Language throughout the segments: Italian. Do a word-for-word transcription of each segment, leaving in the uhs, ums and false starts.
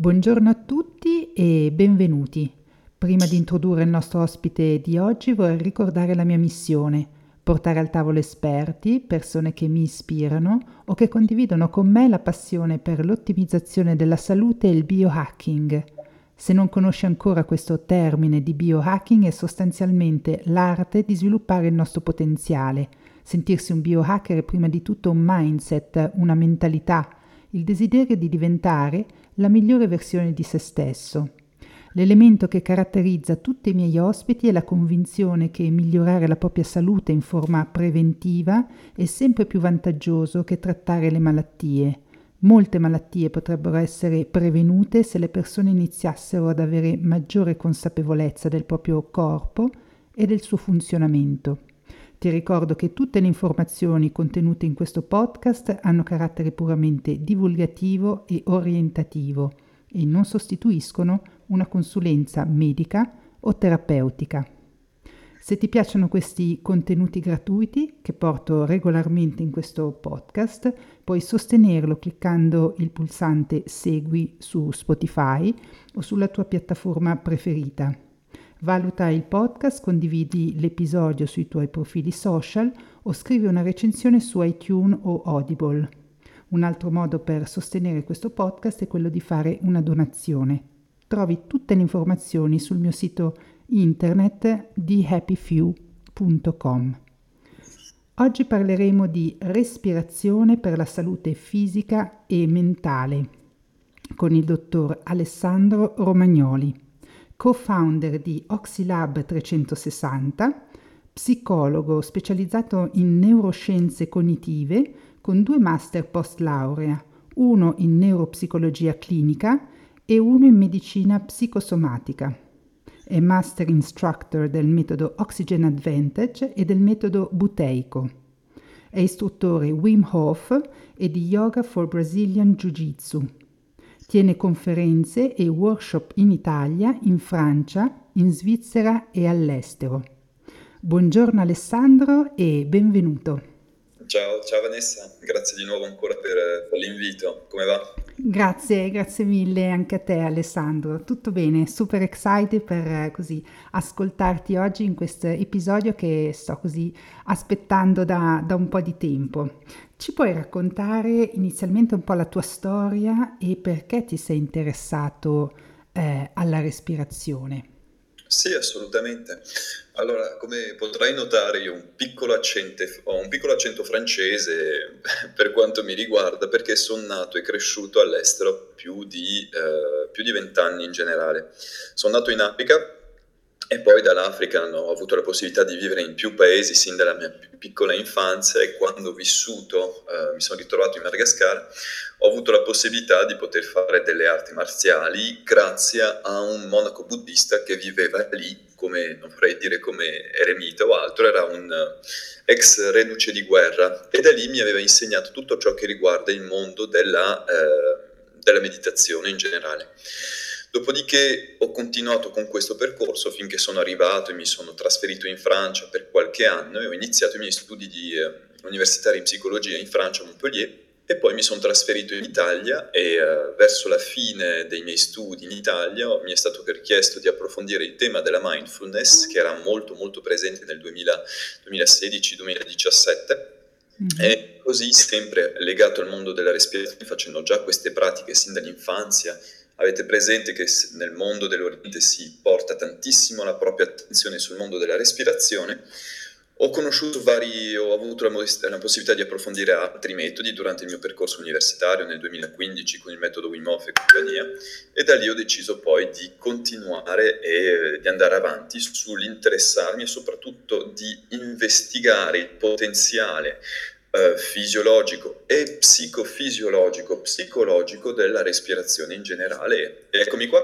Buongiorno a tutti e benvenuti. Prima di introdurre il nostro ospite di oggi vorrei ricordare la mia missione: portare al tavolo esperti, persone che mi ispirano o che condividono con me la passione per l'ottimizzazione della salute e il biohacking. Se non conosci ancora questo termine di biohacking, è sostanzialmente l'arte di sviluppare il nostro potenziale. Sentirsi un biohacker è prima di tutto un mindset, una mentalità, il desiderio di diventare la migliore versione di se stesso. L'elemento che caratterizza tutti i miei ospiti è la convinzione che migliorare la propria salute in forma preventiva è sempre più vantaggioso che trattare le malattie. Molte malattie potrebbero essere prevenute se le persone iniziassero ad avere maggiore consapevolezza del proprio corpo e del suo funzionamento. Ti ricordo che tutte le informazioni contenute in questo podcast hanno carattere puramente divulgativo e orientativo e non sostituiscono una consulenza medica o terapeutica. Se ti piacciono questi contenuti gratuiti che porto regolarmente in questo podcast, puoi sostenerlo cliccando il pulsante Segui su Spotify o sulla tua piattaforma preferita. Valuta il podcast, condividi l'episodio sui tuoi profili social o scrivi una recensione su iTunes o Audible. Un altro modo per sostenere questo podcast è quello di fare una donazione. Trovi tutte le informazioni sul mio sito internet di happy few punto com. Oggi parleremo di respirazione per la salute fisica e mentale con il dottor Alessandro Romagnoli, co-founder di Oxylab trecentosessanta, psicologo specializzato in neuroscienze cognitive con due master post laurea, uno in neuropsicologia clinica e uno in medicina psicosomatica. È master instructor del metodo Oxygen Advantage e del metodo buteico. È istruttore Wim Hof e di Yoga for Brazilian Jiu-Jitsu. Tiene conferenze e workshop in Italia, in Francia, in Svizzera e all'estero. Buongiorno Alessandro e benvenuto. Ciao, ciao Vanessa, grazie di nuovo ancora per, per l'invito, come va? Grazie, grazie mille anche a te Alessandro, tutto bene, super excited per eh, così ascoltarti oggi in questo episodio che sto così aspettando da, da un po' di tempo. Ci puoi raccontare inizialmente un po' la tua storia e perché ti sei interessato eh, alla respirazione? Sì, assolutamente. Allora, come potrai notare, io ho un piccolo accento, ho un piccolo accento francese per quanto mi riguarda, perché sono nato e cresciuto all'estero più di, eh, più di vent'anni in generale. Sono nato in Africa e poi dall'Africa ho avuto la possibilità di vivere in più paesi sin dalla mia più piccola infanzia, e quando ho vissuto, eh, mi sono ritrovato in Madagascar, ho avuto la possibilità di poter fare delle arti marziali grazie a un monaco buddista che viveva lì, come non vorrei dire come eremita o altro, era un eh, ex reduce di guerra, e da lì mi aveva insegnato tutto ciò che riguarda il mondo della, eh, della meditazione in generale. Dopodiché ho continuato con questo percorso finché sono arrivato e mi sono trasferito in Francia per qualche anno e ho iniziato i miei studi di, eh, universitari in psicologia in Francia, a Montpellier, e poi mi sono trasferito in Italia e eh, verso la fine dei miei studi in Italia mi è stato chiesto di approfondire il tema della mindfulness, che era molto molto presente nel duemila, duemilasedici duemiladiciassette. Mhm. E così, sempre legato al mondo della respirazione, facendo già queste pratiche sin dall'infanzia. Avete presente che nel mondo dell'Oriente si porta tantissimo la propria attenzione sul mondo della respirazione. Ho conosciuto vari, ho avuto la, modest- la possibilità di approfondire altri metodi durante il mio percorso universitario nel duemilaquindici con il metodo Wim Hof e compagnia, e da lì ho deciso poi di continuare e di andare avanti sull'interessarmi e soprattutto di investigare il potenziale eh, fisiologico e psicofisiologico, psicologico della respirazione in generale. E eccomi qua.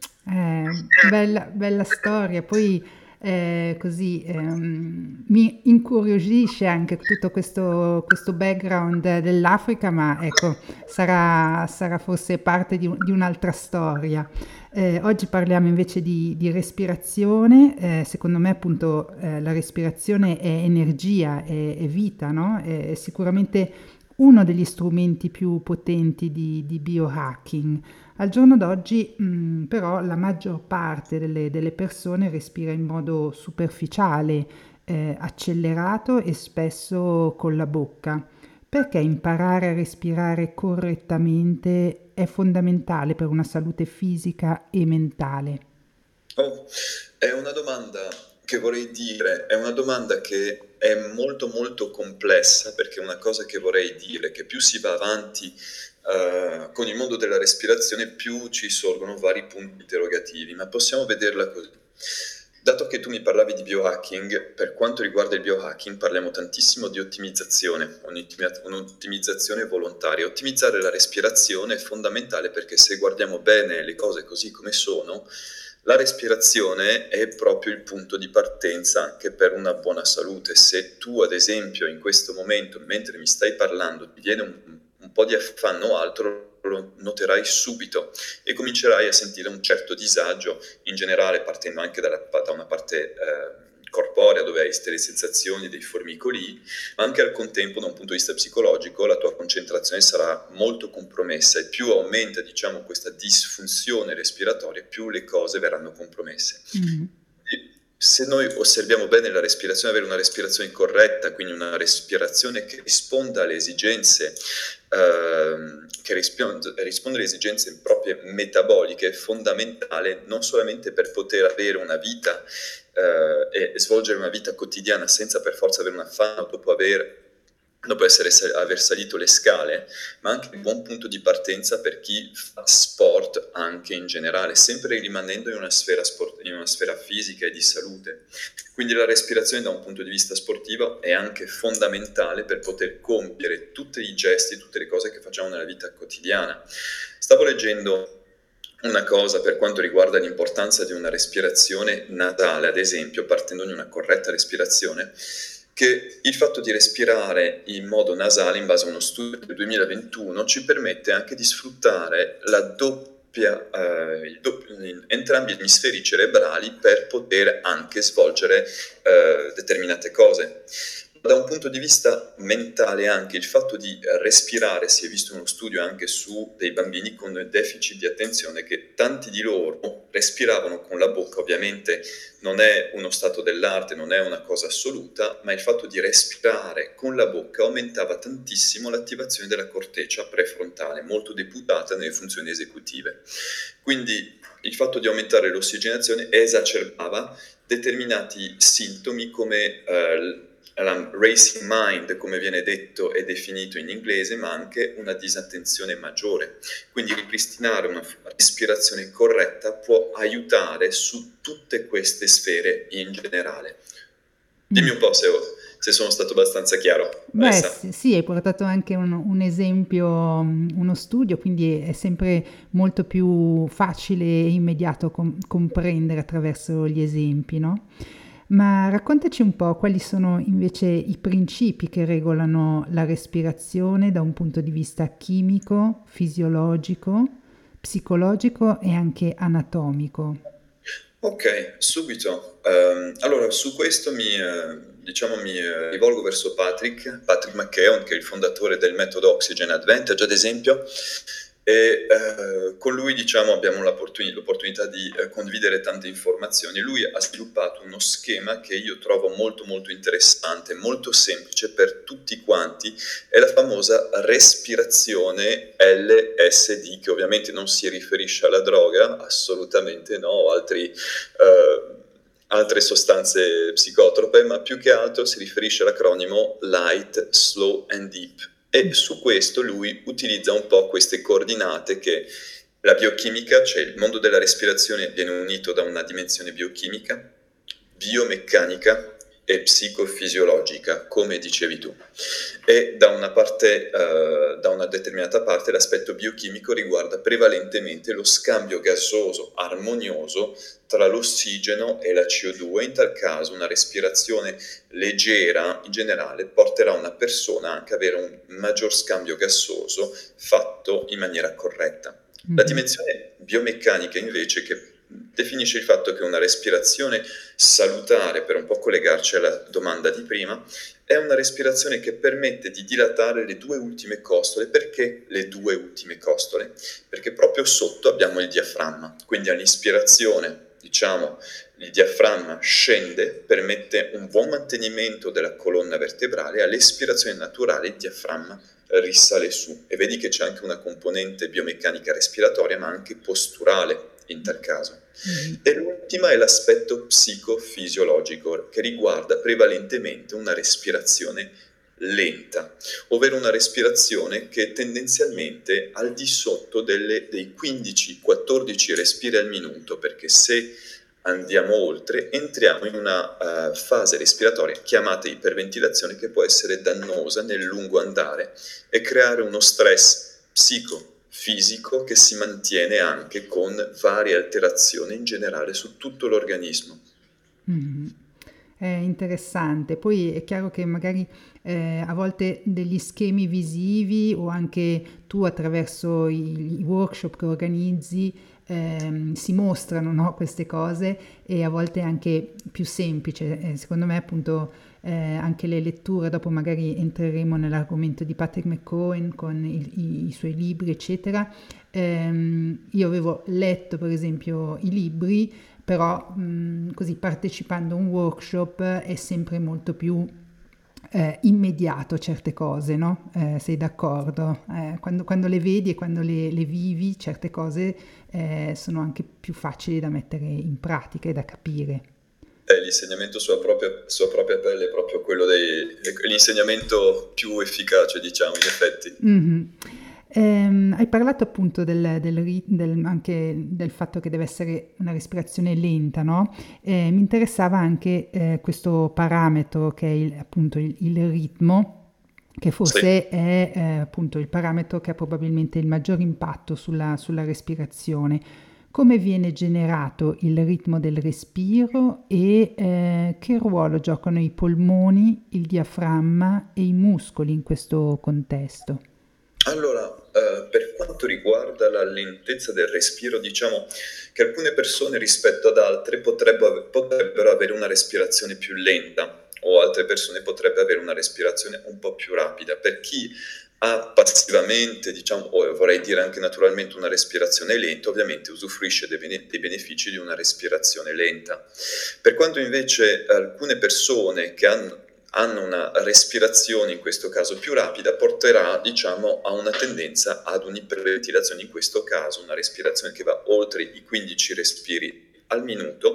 Eh, bella, bella storia, poi eh, così ehm, mi incuriosisce anche tutto questo, questo background dell'Africa, ma ecco, sarà, sarà forse parte di, un- di un'altra storia. Eh, oggi parliamo invece di, di respirazione. Eh, secondo me appunto eh, la respirazione è energia, è, è vita, no? È, è sicuramente uno degli strumenti più potenti di, di biohacking. Al giorno d'oggi, mh, però, la maggior parte delle, delle persone respira in modo superficiale, eh, accelerato e spesso con la bocca. Perché imparare a respirare correttamente è fondamentale per una salute fisica e mentale? Oh, è una domanda che vorrei dire, è una domanda che è molto molto complessa perché è una cosa che vorrei dire, che più si va avanti eh, con il mondo della respirazione, più ci sorgono vari punti interrogativi, ma possiamo vederla così. Dato che tu mi parlavi di biohacking, per quanto riguarda il biohacking parliamo tantissimo di ottimizzazione, un'ottimizza- un'ottimizzazione volontaria. Ottimizzare la respirazione è fondamentale perché se guardiamo bene le cose così come sono, la respirazione è proprio il punto di partenza anche per una buona salute. Se tu, ad esempio, in questo momento, mentre mi stai parlando, ti viene un, un po' di affanno o altro, lo noterai subito e comincerai a sentire un certo disagio, in generale partendo anche dalla, da una parte eh, corporea dove hai delle sensazioni, dei formicoli, ma anche al contempo da un punto di vista psicologico la tua concentrazione sarà molto compromessa e più aumenta, diciamo, questa disfunzione respiratoria, più le cose verranno compromesse. Mm. Se noi osserviamo bene la respirazione, avere una respirazione corretta, quindi una respirazione che risponda alle esigenze, ehm, che risponde, risponde alle esigenze proprie metaboliche, è fondamentale non solamente per poter avere una vita eh, e svolgere una vita quotidiana senza per forza avere un affanno dopo aver dopo essere, aver salito le scale, ma anche un buon punto di partenza per chi fa sport anche in generale, sempre rimanendo in una sfera, sport, in una sfera fisica e di salute. Quindi la respirazione da un punto di vista sportivo è anche fondamentale per poter compiere tutti i gesti, tutte le cose che facciamo nella vita quotidiana. Stavo leggendo una cosa per quanto riguarda l'importanza di una respirazione nasale, ad esempio, partendo da una corretta respirazione, che il fatto di respirare in modo nasale, in base a uno studio del duemilaventuno, ci permette anche di sfruttare la doppia, eh, il doppio, entrambi gli emisferi cerebrali per poter anche svolgere eh, determinate cose. Da un punto di vista mentale anche il fatto di respirare, si è visto uno studio anche su dei bambini con deficit di attenzione, che tanti di loro respiravano con la bocca, ovviamente non è uno stato dell'arte, non è una cosa assoluta, ma il fatto di respirare con la bocca aumentava tantissimo l'attivazione della corteccia prefrontale, molto deputata nelle funzioni esecutive. Quindi il fatto di aumentare l'ossigenazione esacerbava determinati sintomi come eh, la racing mind, come viene detto e definito in inglese, ma anche una disattenzione maggiore. Quindi ripristinare una respirazione corretta può aiutare su tutte queste sfere in generale. Dimmi Mm. un po' se, se sono stato abbastanza chiaro, Beh, Alessa. sì, sì, hai portato anche un, un esempio, mm, uno studio, quindi è sempre molto più facile e immediato com- comprendere attraverso gli esempi, no? Ma raccontaci un po' quali sono invece i principi che regolano la respirazione da un punto di vista chimico, fisiologico, psicologico e anche anatomico. Ok, subito. Ehm, allora, su questo mi, eh, diciamo, mi eh, rivolgo verso Patrick, Patrick McKeown, che è il fondatore del metodo Oxygen Advantage, ad esempio, e eh, con lui, diciamo, abbiamo l'opportuni- l'opportunità di eh, condividere tante informazioni. Lui ha sviluppato uno schema che io trovo molto molto interessante, molto semplice per tutti quanti, è la famosa respirazione L S D, che ovviamente non si riferisce alla droga, assolutamente no, o altri, eh, altre sostanze psicotrope, ma più che altro si riferisce all'acronimo Light, Slow and Deep. E su questo lui utilizza un po' queste coordinate che la biochimica, cioè il mondo della respirazione, viene unito da una dimensione biochimica, biomeccanica e psicofisiologica, come dicevi tu. E da una parte, eh, da una determinata parte, l'aspetto biochimico riguarda prevalentemente lo scambio gassoso armonioso tra l'ossigeno e la C O due. In tal caso una respirazione leggera in generale porterà una persona anche a avere un maggior scambio gassoso fatto in maniera corretta. La Mhm. dimensione biomeccanica invece, che definisce il fatto che una respirazione salutare, per un po' collegarci alla domanda di prima, è una respirazione che permette di dilatare le due ultime costole. Perché le due ultime costole? Perché proprio sotto abbiamo il diaframma, quindi all'ispirazione, diciamo, il diaframma scende, permette un buon mantenimento della colonna vertebrale, all'espirazione naturale il diaframma risale su, e vedi che c'è anche una componente biomeccanica respiratoria ma anche posturale in tal caso. Mm-hmm. E l'ultima è l'aspetto psicofisiologico, che riguarda prevalentemente una respirazione lenta, ovvero una respirazione che tendenzialmente al di sotto delle, dei quindici quattordici respiri al minuto, perché se andiamo oltre entriamo in una uh, fase respiratoria chiamata iperventilazione, che può essere dannosa nel lungo andare e creare uno stress psicofisico che si mantiene anche con varie alterazioni in generale su tutto l'organismo. Mm-hmm. È interessante. Poi è chiaro che magari eh, a volte degli schemi visivi o anche tu attraverso i, i workshop che organizzi ehm, si mostrano, no, queste cose, e a volte è anche più semplice. Eh, secondo me appunto eh, anche le letture, dopo magari entreremo nell'argomento di Patrick McKeown con il, i, i suoi libri eccetera. Ehm, io avevo letto per esempio i libri, però mh, così partecipando a un workshop è sempre molto più eh, immediato certe cose, no? Eh, sei d'accordo? Eh, quando, quando le vedi e quando le, le vivi, certe cose eh, sono anche più facili da mettere in pratica e da capire. Eh, l'insegnamento sulla propria, sulla propria pelle è proprio quello dei, l'insegnamento più efficace, diciamo, in effetti. Mm-hmm. Eh, hai parlato appunto del, del, del, anche del fatto che deve essere una respirazione lenta, no? Eh, mi interessava anche eh, questo parametro che è il, appunto il, il ritmo, che forse sì. è eh, appunto il parametro che ha probabilmente il maggior impatto sulla, sulla respirazione. Come viene generato il ritmo del respiro e eh, che ruolo giocano i polmoni, il diaframma e i muscoli in questo contesto? Allora, eh, per quanto riguarda la lentezza del respiro, diciamo che alcune persone rispetto ad altre potrebbero, potrebbero avere una respirazione più lenta, o altre persone potrebbero avere una respirazione un po' più rapida. Per chi ha passivamente, diciamo, o vorrei dire anche naturalmente, una respirazione lenta, ovviamente usufruisce dei, bene- dei benefici di una respirazione lenta. Per quanto invece alcune persone che hanno hanno una respirazione in questo caso più rapida, porterà, diciamo, a una tendenza ad un'iperventilazione, in questo caso una respirazione che va oltre i quindici respiri al minuto,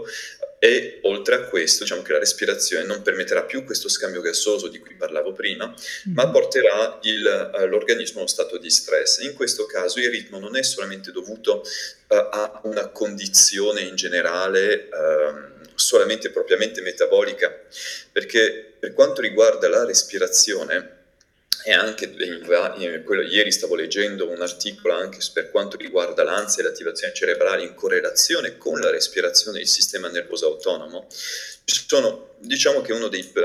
e oltre a questo, diciamo che la respirazione non permetterà più questo scambio gassoso di cui parlavo prima, mm-hmm. ma porterà il, uh, l'organismo a uno stato di stress. In questo caso il ritmo non è solamente dovuto uh, a una condizione in generale uh, solamente propriamente metabolica, perché per quanto riguarda la respirazione, e anche in, quello, ieri stavo leggendo un articolo anche per quanto riguarda l'ansia e l'attivazione cerebrale in correlazione con la respirazione del sistema nervoso autonomo, ci sono, diciamo che uno dei,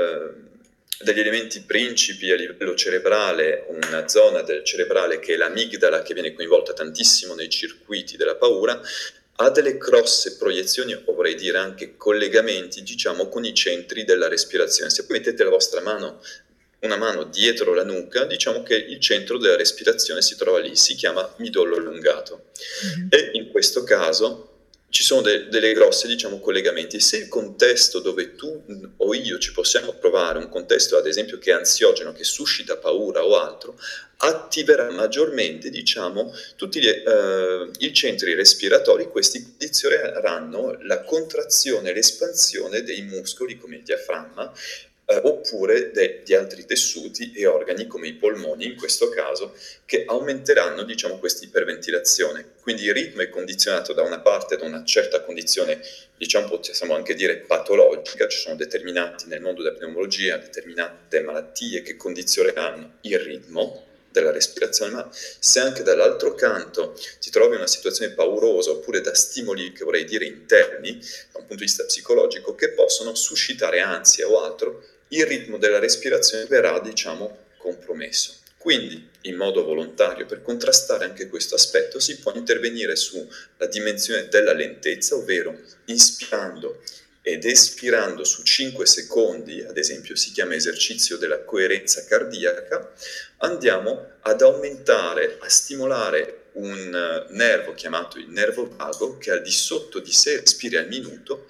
degli elementi principi a livello cerebrale, una zona del cerebrale che è l'amigdala, che viene coinvolta tantissimo nei circuiti della paura, ha delle grosse proiezioni, o vorrei dire anche collegamenti, diciamo, con i centri della respirazione. Se poi mettete la vostra mano, una mano dietro la nuca, diciamo che il centro della respirazione si trova lì, si chiama midollo allungato. Mm-hmm. E in questo caso ci sono de- delle grosse, diciamo, collegamenti. Se il contesto dove tu o io ci possiamo trovare, un contesto ad esempio che è ansiogeno, che suscita paura o altro, attiverà maggiormente, diciamo, tutti gli, eh, i centri respiratori. Questi condizioneranno la contrazione e l'espansione dei muscoli come il diaframma, eh, oppure de- di altri tessuti e organi come i polmoni, in questo caso, che aumenteranno, diciamo, questa iperventilazione. Quindi il ritmo è condizionato da una parte da una certa condizione, diciamo, possiamo anche dire patologica. Ci sono determinati nel mondo della pneumologia determinate malattie che condizioneranno il ritmo della respirazione, ma se anche dall'altro canto ti trovi in una situazione paurosa oppure da stimoli, che vorrei dire interni, da un punto di vista psicologico, che possono suscitare ansia o altro, il ritmo della respirazione verrà, diciamo, compromesso. Quindi, in modo volontario, per contrastare anche questo aspetto, si può intervenire sulla dimensione della lentezza, ovvero inspirando ed espirando su cinque secondi, ad esempio si chiama esercizio della coerenza cardiaca, andiamo ad aumentare, a stimolare un nervo chiamato il nervo vago che al di sotto di sei respiri al minuto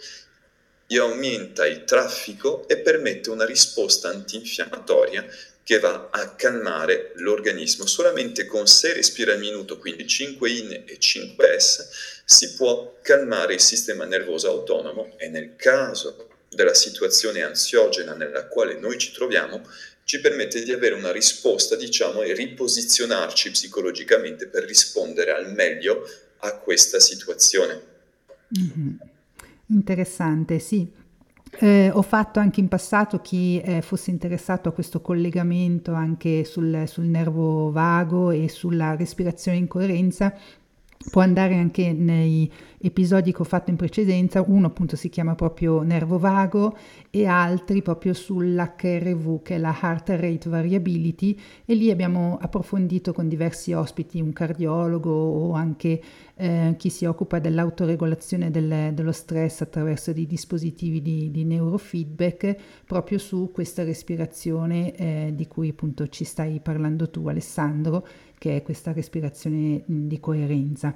e aumenta il traffico e permette una risposta antinfiammatoria che va a calmare l'organismo. Solamente con sei respiri al minuto, quindi cinque in e cinque es, si può calmare il sistema nervoso autonomo e nel caso della situazione ansiogena nella quale noi ci troviamo, ci permette di avere una risposta, diciamo, e riposizionarci psicologicamente per rispondere al meglio a questa situazione. Mhm. Interessante, sì. Eh, ho fatto anche in passato chi eh, fosse interessato a questo collegamento anche sul, sul nervo vago e sulla respirazione in coerenza. Può andare anche nei episodi che ho fatto in precedenza, uno appunto si chiama proprio nervo vago e altri proprio sull'H R V che è la Heart Rate Variability, e lì abbiamo approfondito con diversi ospiti, un cardiologo o anche eh, chi si occupa dell'autoregolazione del, dello stress attraverso dei dispositivi di, di neurofeedback, proprio su questa respirazione eh, di cui appunto ci stai parlando tu, Alessandro, che è questa respirazione mh, di coerenza.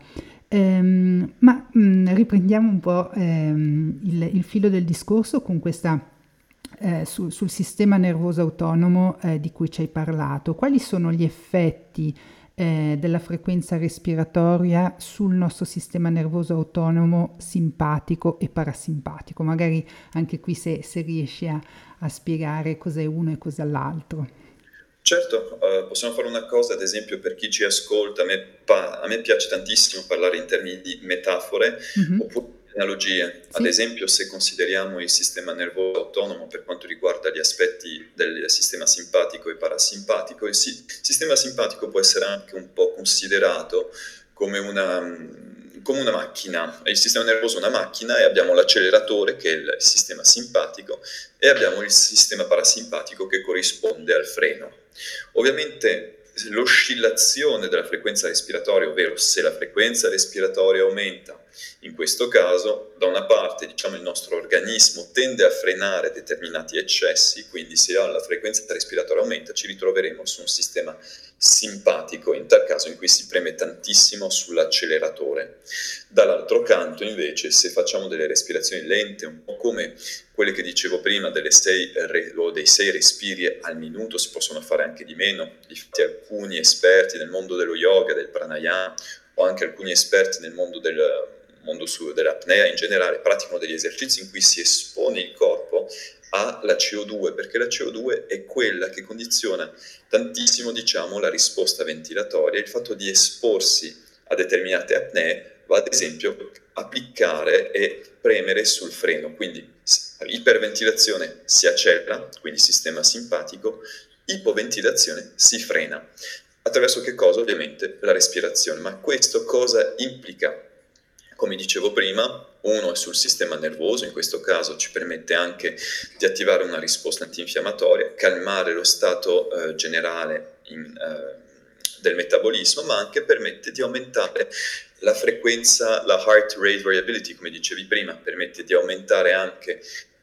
Ehm, ma mh, riprendiamo un po' ehm, il, il filo del discorso con questa eh, su- sul sistema nervoso autonomo eh, di cui ci hai parlato. Quali sono gli effetti eh, della frequenza respiratoria sul nostro sistema nervoso autonomo simpatico e parasimpatico? Magari anche qui se, se riesci a, a spiegare cos'è uno e cos'è l'altro. Certo, eh, possiamo fare una cosa, ad esempio, per chi ci ascolta, a me, pa- a me piace tantissimo parlare in termini di metafore Mhm. oppure di analogie. Ad Sì. esempio, se consideriamo il sistema nervoso autonomo per quanto riguarda gli aspetti del sistema simpatico e parasimpatico, il si- sistema simpatico può essere anche un po' considerato come una, come una macchina. Il sistema nervoso è una macchina e abbiamo l'acceleratore, che è il sistema simpatico, e abbiamo il sistema parasimpatico che corrisponde al freno. Ovviamente l'oscillazione della frequenza respiratoria, ovvero se la frequenza respiratoria aumenta, in questo caso da una parte diciamo il nostro organismo tende a frenare determinati eccessi, quindi se la frequenza respiratoria aumenta ci ritroveremo su un sistema simpatico, in tal caso in cui si preme tantissimo sull'acceleratore. Dall'altro canto invece se facciamo delle respirazioni lente, un po' come quelle che dicevo prima delle sei, re, o dei sei respiri al minuto, si possono fare anche di meno. Infatti alcuni esperti nel mondo dello yoga, del pranayama, o anche alcuni esperti nel mondo, del, mondo su, dell'apnea in generale, praticano degli esercizi in cui si espone il corpo alla C O due, perché la C O due è quella che condiziona tantissimo, diciamo, la risposta ventilatoria. Il fatto di esporsi a determinate apnee va ad esempio a cliccare e premere sul freno, quindi iperventilazione si accelera, quindi sistema simpatico, ipoventilazione si frena. Attraverso che cosa? Ovviamente la respirazione. Ma questo cosa implica? Come dicevo prima, uno è sul sistema nervoso, in questo caso ci permette anche di attivare una risposta antinfiammatoria, calmare lo stato eh, generale in, eh, del metabolismo, ma anche permette di aumentare la frequenza, la heart rate variability, come dicevi prima, permette di aumentare anche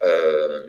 eh,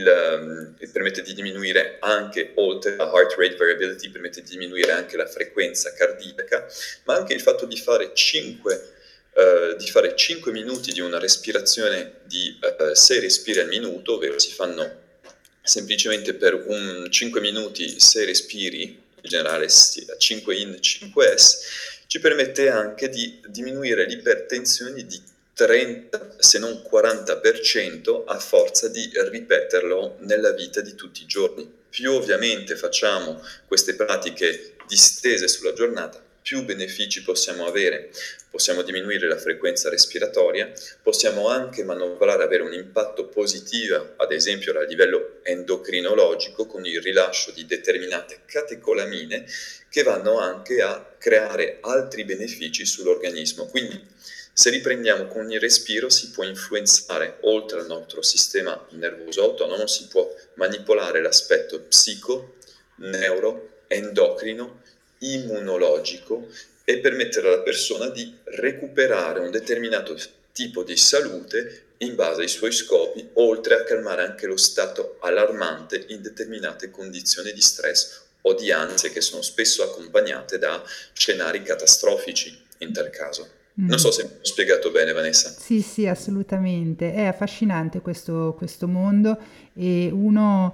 il, eh, permette di diminuire anche, oltre la heart rate variability, permette di diminuire anche la frequenza cardiaca, ma anche il fatto di fare cinque Uh, di fare cinque minuti di una respirazione di uh, sei respiri al minuto, ovvero si fanno semplicemente per un cinque minuti sei respiri, in generale cinque in, cinque es, ci permette anche di diminuire l'ipertensione di trenta se non quaranta per cento a forza di ripeterlo nella vita di tutti i giorni. Più ovviamente facciamo queste pratiche distese sulla giornata, più benefici possiamo avere. Possiamo diminuire la frequenza respiratoria, possiamo anche manovrare, avere un impatto positivo, ad esempio a livello endocrinologico, con il rilascio di determinate catecolamine che vanno anche a creare altri benefici sull'organismo. Quindi, se riprendiamo con il respiro, si può influenzare, oltre al nostro sistema nervoso autonomo, si può manipolare l'aspetto psico, neuro, endocrino, immunologico e permettere alla persona di recuperare un determinato tipo di salute in base ai suoi scopi, oltre a calmare anche lo stato allarmante in determinate condizioni di stress o di ansie che sono spesso accompagnate da scenari catastrofici in tal caso. Non Mm. so se mi ho spiegato bene, Vanessa. Sì, sì, assolutamente. È affascinante questo, questo mondo e uno,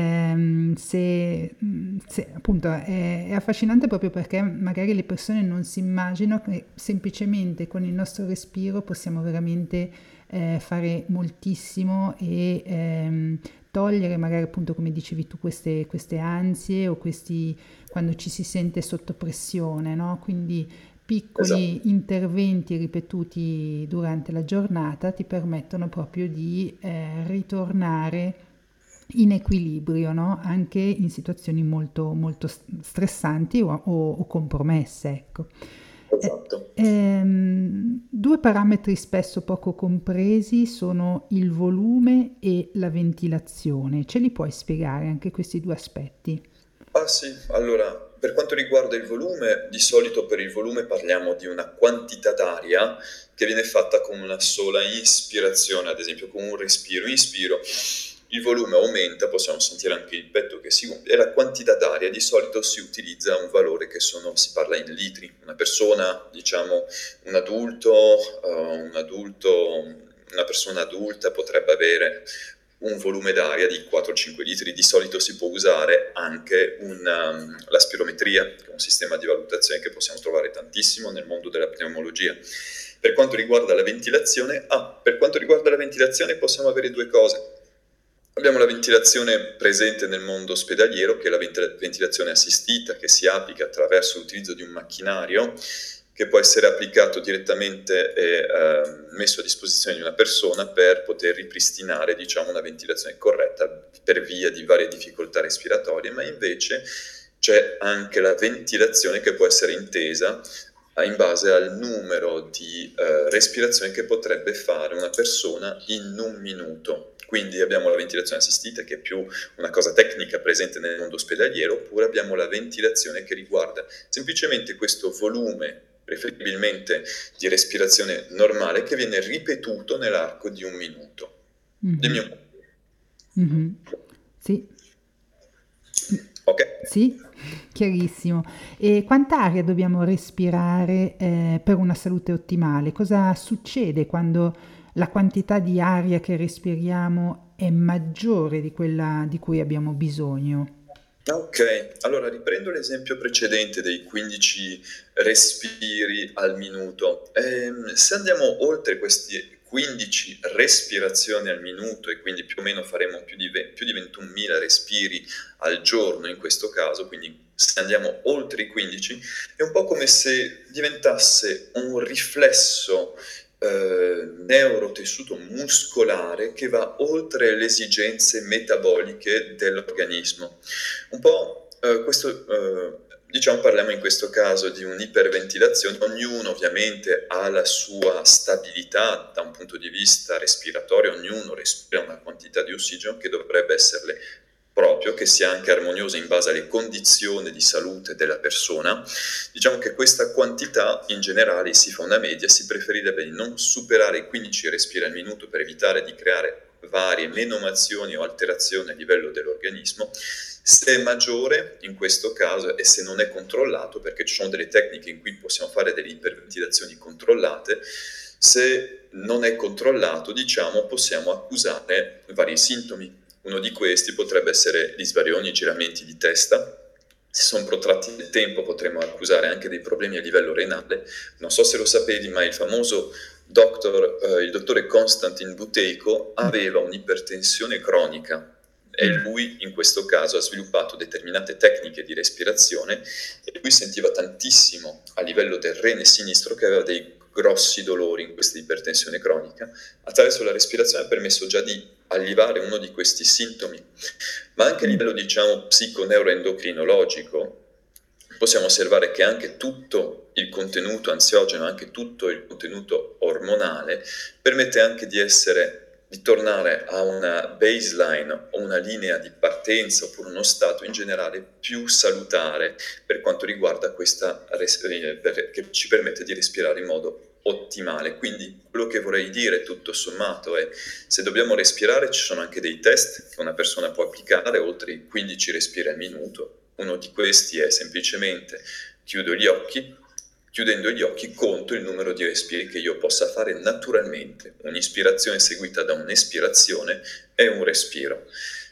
ehm, se, mh, se- appunto, è, è affascinante proprio perché magari le persone non si immaginano che semplicemente con il nostro respiro possiamo veramente eh, fare moltissimo e ehm, togliere magari appunto, come dicevi tu, queste, queste ansie o questi, quando ci si sente sotto pressione, no? Quindi Esatto. piccoli interventi ripetuti durante la giornata ti permettono proprio di eh, ritornare in equilibrio, no? Anche in situazioni molto, molto s- stressanti o, o- o compromesse, ecco. Eh, Esatto. ehm, due parametri spesso poco compresi sono il volume e la ventilazione. Ce li puoi spiegare anche questi due aspetti? Ah sì, allora, per quanto riguarda il volume, di solito per il volume parliamo di una quantità d'aria che viene fatta con una sola ispirazione, ad esempio con un respiro. Inspiro, il volume aumenta, possiamo sentire anche il petto che si gonfia, e la quantità d'aria di solito si utilizza un valore che sono, si parla in litri. Una persona, diciamo un adulto, eh, un adulto, una persona adulta potrebbe avere un volume d'aria di quattro cinque litri. Di solito si può usare anche una, la spirometria, che è un sistema di valutazione che possiamo trovare tantissimo nel mondo della pneumologia. Per quanto riguarda la ventilazione, ah, per quanto riguarda la ventilazione possiamo avere due cose. Abbiamo la ventilazione presente nel mondo ospedaliero, che è la ventilazione assistita, che si applica attraverso l'utilizzo di un macchinario che può essere applicato direttamente e eh, messo a disposizione di una persona per poter ripristinare, diciamo, una ventilazione corretta per via di varie difficoltà respiratorie, ma invece c'è anche la ventilazione che può essere intesa in base al numero di eh, respirazioni che potrebbe fare una persona in un minuto. Quindi abbiamo la ventilazione assistita, che è più una cosa tecnica presente nel mondo ospedaliero, oppure abbiamo la ventilazione che riguarda semplicemente questo volume, preferibilmente di respirazione normale, che viene ripetuto nell'arco di un minuto. Dimmi Mhm. un po'. Mhm. Sì. Ok? Sì, chiarissimo. E quanta aria dobbiamo respirare eh, per una salute ottimale? Cosa succede quando la quantità di aria che respiriamo è maggiore di quella di cui abbiamo bisogno? Ok, allora riprendo l'esempio precedente dei quindici respiri al minuto. Ehm, se andiamo oltre questi quindici respirazioni al minuto, e quindi più o meno faremo più di, ve- più di ventunomila respiri al giorno in questo caso, quindi se andiamo oltre i quindici, è un po' come se diventasse un riflesso eh, neurotessuto muscolare che va oltre le esigenze metaboliche dell'organismo. Un po' eh, questo, eh, diciamo, parliamo in questo caso di un'iperventilazione. Ognuno ovviamente ha la sua stabilità da un punto di vista respiratorio, ognuno respira una quantità di ossigeno che dovrebbe esserle proprio, che sia anche armoniosa in base alle condizioni di salute della persona. Diciamo che questa quantità in generale si fa una media, si preferirebbe di non superare i quindici respiri al minuto per evitare di creare varie menomazioni o alterazioni a livello dell'organismo. Se è maggiore, in questo caso, e se non è controllato, perché ci sono delle tecniche in cui possiamo fare delle iperventilazioni controllate, se non è controllato, diciamo, possiamo accusare vari sintomi. Uno di questi potrebbe essere gli svarioni, i giramenti di testa. Se sono protratti nel tempo potremmo accusare anche dei problemi a livello renale. Non so se lo sapevi, ma il famoso Doctor, eh, il dottore Konstantin Buteyko aveva un'ipertensione cronica e Mm. lui in questo caso ha sviluppato determinate tecniche di respirazione e lui sentiva tantissimo a livello del rene sinistro che aveva dei grossi dolori in questa ipertensione cronica. Attraverso la respirazione ha permesso già di allivare uno di questi sintomi, ma anche a Mm. livello, diciamo, psiconeuroendocrinologico possiamo osservare che anche tutto il contenuto ansiogeno, anche tutto il contenuto ormonale permette anche di essere di tornare a una baseline o una linea di partenza oppure uno stato in generale più salutare per quanto riguarda questa res- eh, per- che ci permette di respirare in modo ottimale. Quindi quello che vorrei dire tutto sommato è: se dobbiamo respirare ci sono anche dei test che una persona può applicare, oltre i quindici respiri al minuto. Uno di questi è semplicemente: chiudo gli occhi, chiudendo gli occhi conto il numero di respiri che io possa fare naturalmente. Un'ispirazione seguita da un'espirazione è un respiro.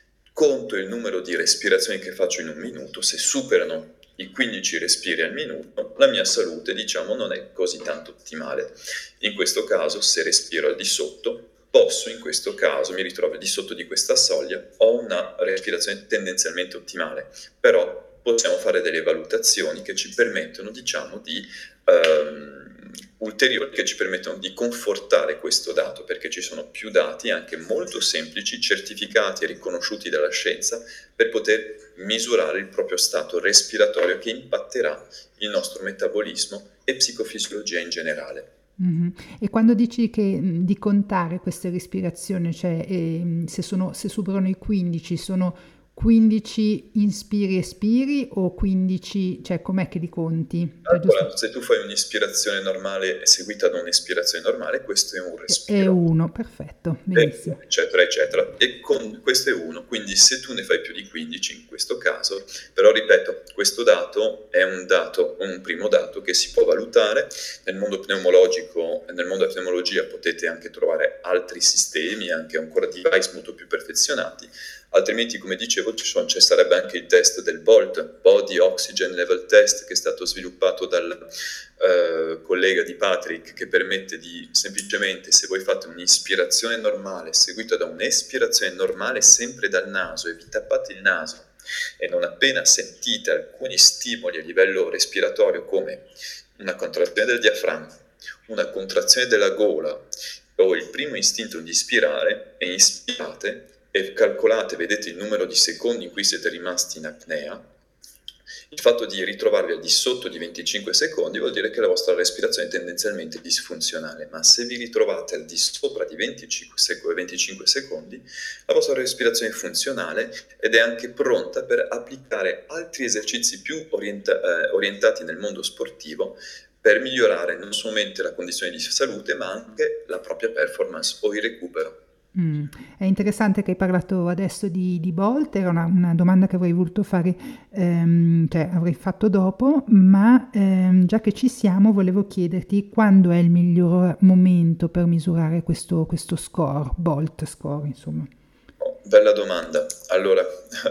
Conto il numero di respirazioni che faccio in un minuto. Se superano i quindici respiri al minuto, la mia salute, diciamo, non è così tanto ottimale. In questo caso, se respiro al di sotto, posso, in questo caso, mi ritrovo al di sotto di questa soglia, ho una respirazione tendenzialmente ottimale, però possiamo fare delle valutazioni che ci permettono, diciamo, di ehm, ulteriori che ci permettono di confortare questo dato, perché ci sono più dati anche molto semplici, certificati e riconosciuti dalla scienza, per poter misurare il proprio stato respiratorio, che impatterà il nostro metabolismo e psicofisiologia in generale. Mhm. E quando dici che mh, di contare queste respirazioni, cioè ehm, se sono, se superano i quindici, sono quindici inspiri espiri o quindici, cioè com'è che li conti? Cioè, giusto? Allora, se tu fai un'ispirazione normale seguita da un'espirazione normale, questo è un È è respiro, uno, perfetto, benissimo. eccetera, eccetera. E con questo è uno, quindi se tu ne fai più di quindici in questo caso, però ripeto, questo dato è un dato, un primo dato che si può valutare. Nel mondo pneumologico, nel mondo della pneumologia potete anche trovare altri sistemi, anche ancora device molto più perfezionati. Altrimenti, come dicevo, ci, sono, ci sarebbe anche il test del BOLT, Body Oxygen Level Test, che è stato sviluppato dal eh, collega di Patrick, che permette di semplicemente, se voi fate un'ispirazione normale seguita da un'espirazione normale sempre dal naso e vi tappate il naso, e non appena sentite alcuni stimoli a livello respiratorio, come una contrazione del diaframma, una contrazione della gola o il primo istinto di ispirare, e ispirate e calcolate, vedete il numero di secondi in cui siete rimasti in apnea, il fatto di ritrovarvi al di sotto di venticinque secondi vuol dire che la vostra respirazione è tendenzialmente disfunzionale, ma se vi ritrovate al di sopra di venticinque secondi, la vostra respirazione è funzionale ed è anche pronta per applicare altri esercizi più orienta- eh, orientati nel mondo sportivo, per migliorare non solamente la condizione di salute, ma anche la propria performance o il recupero. Mm. È interessante che hai parlato adesso di, di Bolt, era una, una domanda che avrei voluto fare, ehm, cioè avrei fatto dopo, ma ehm, già che ci siamo volevo chiederti quando è il miglior momento per misurare questo, questo score, Bolt score, insomma. Oh, bella domanda. Allora,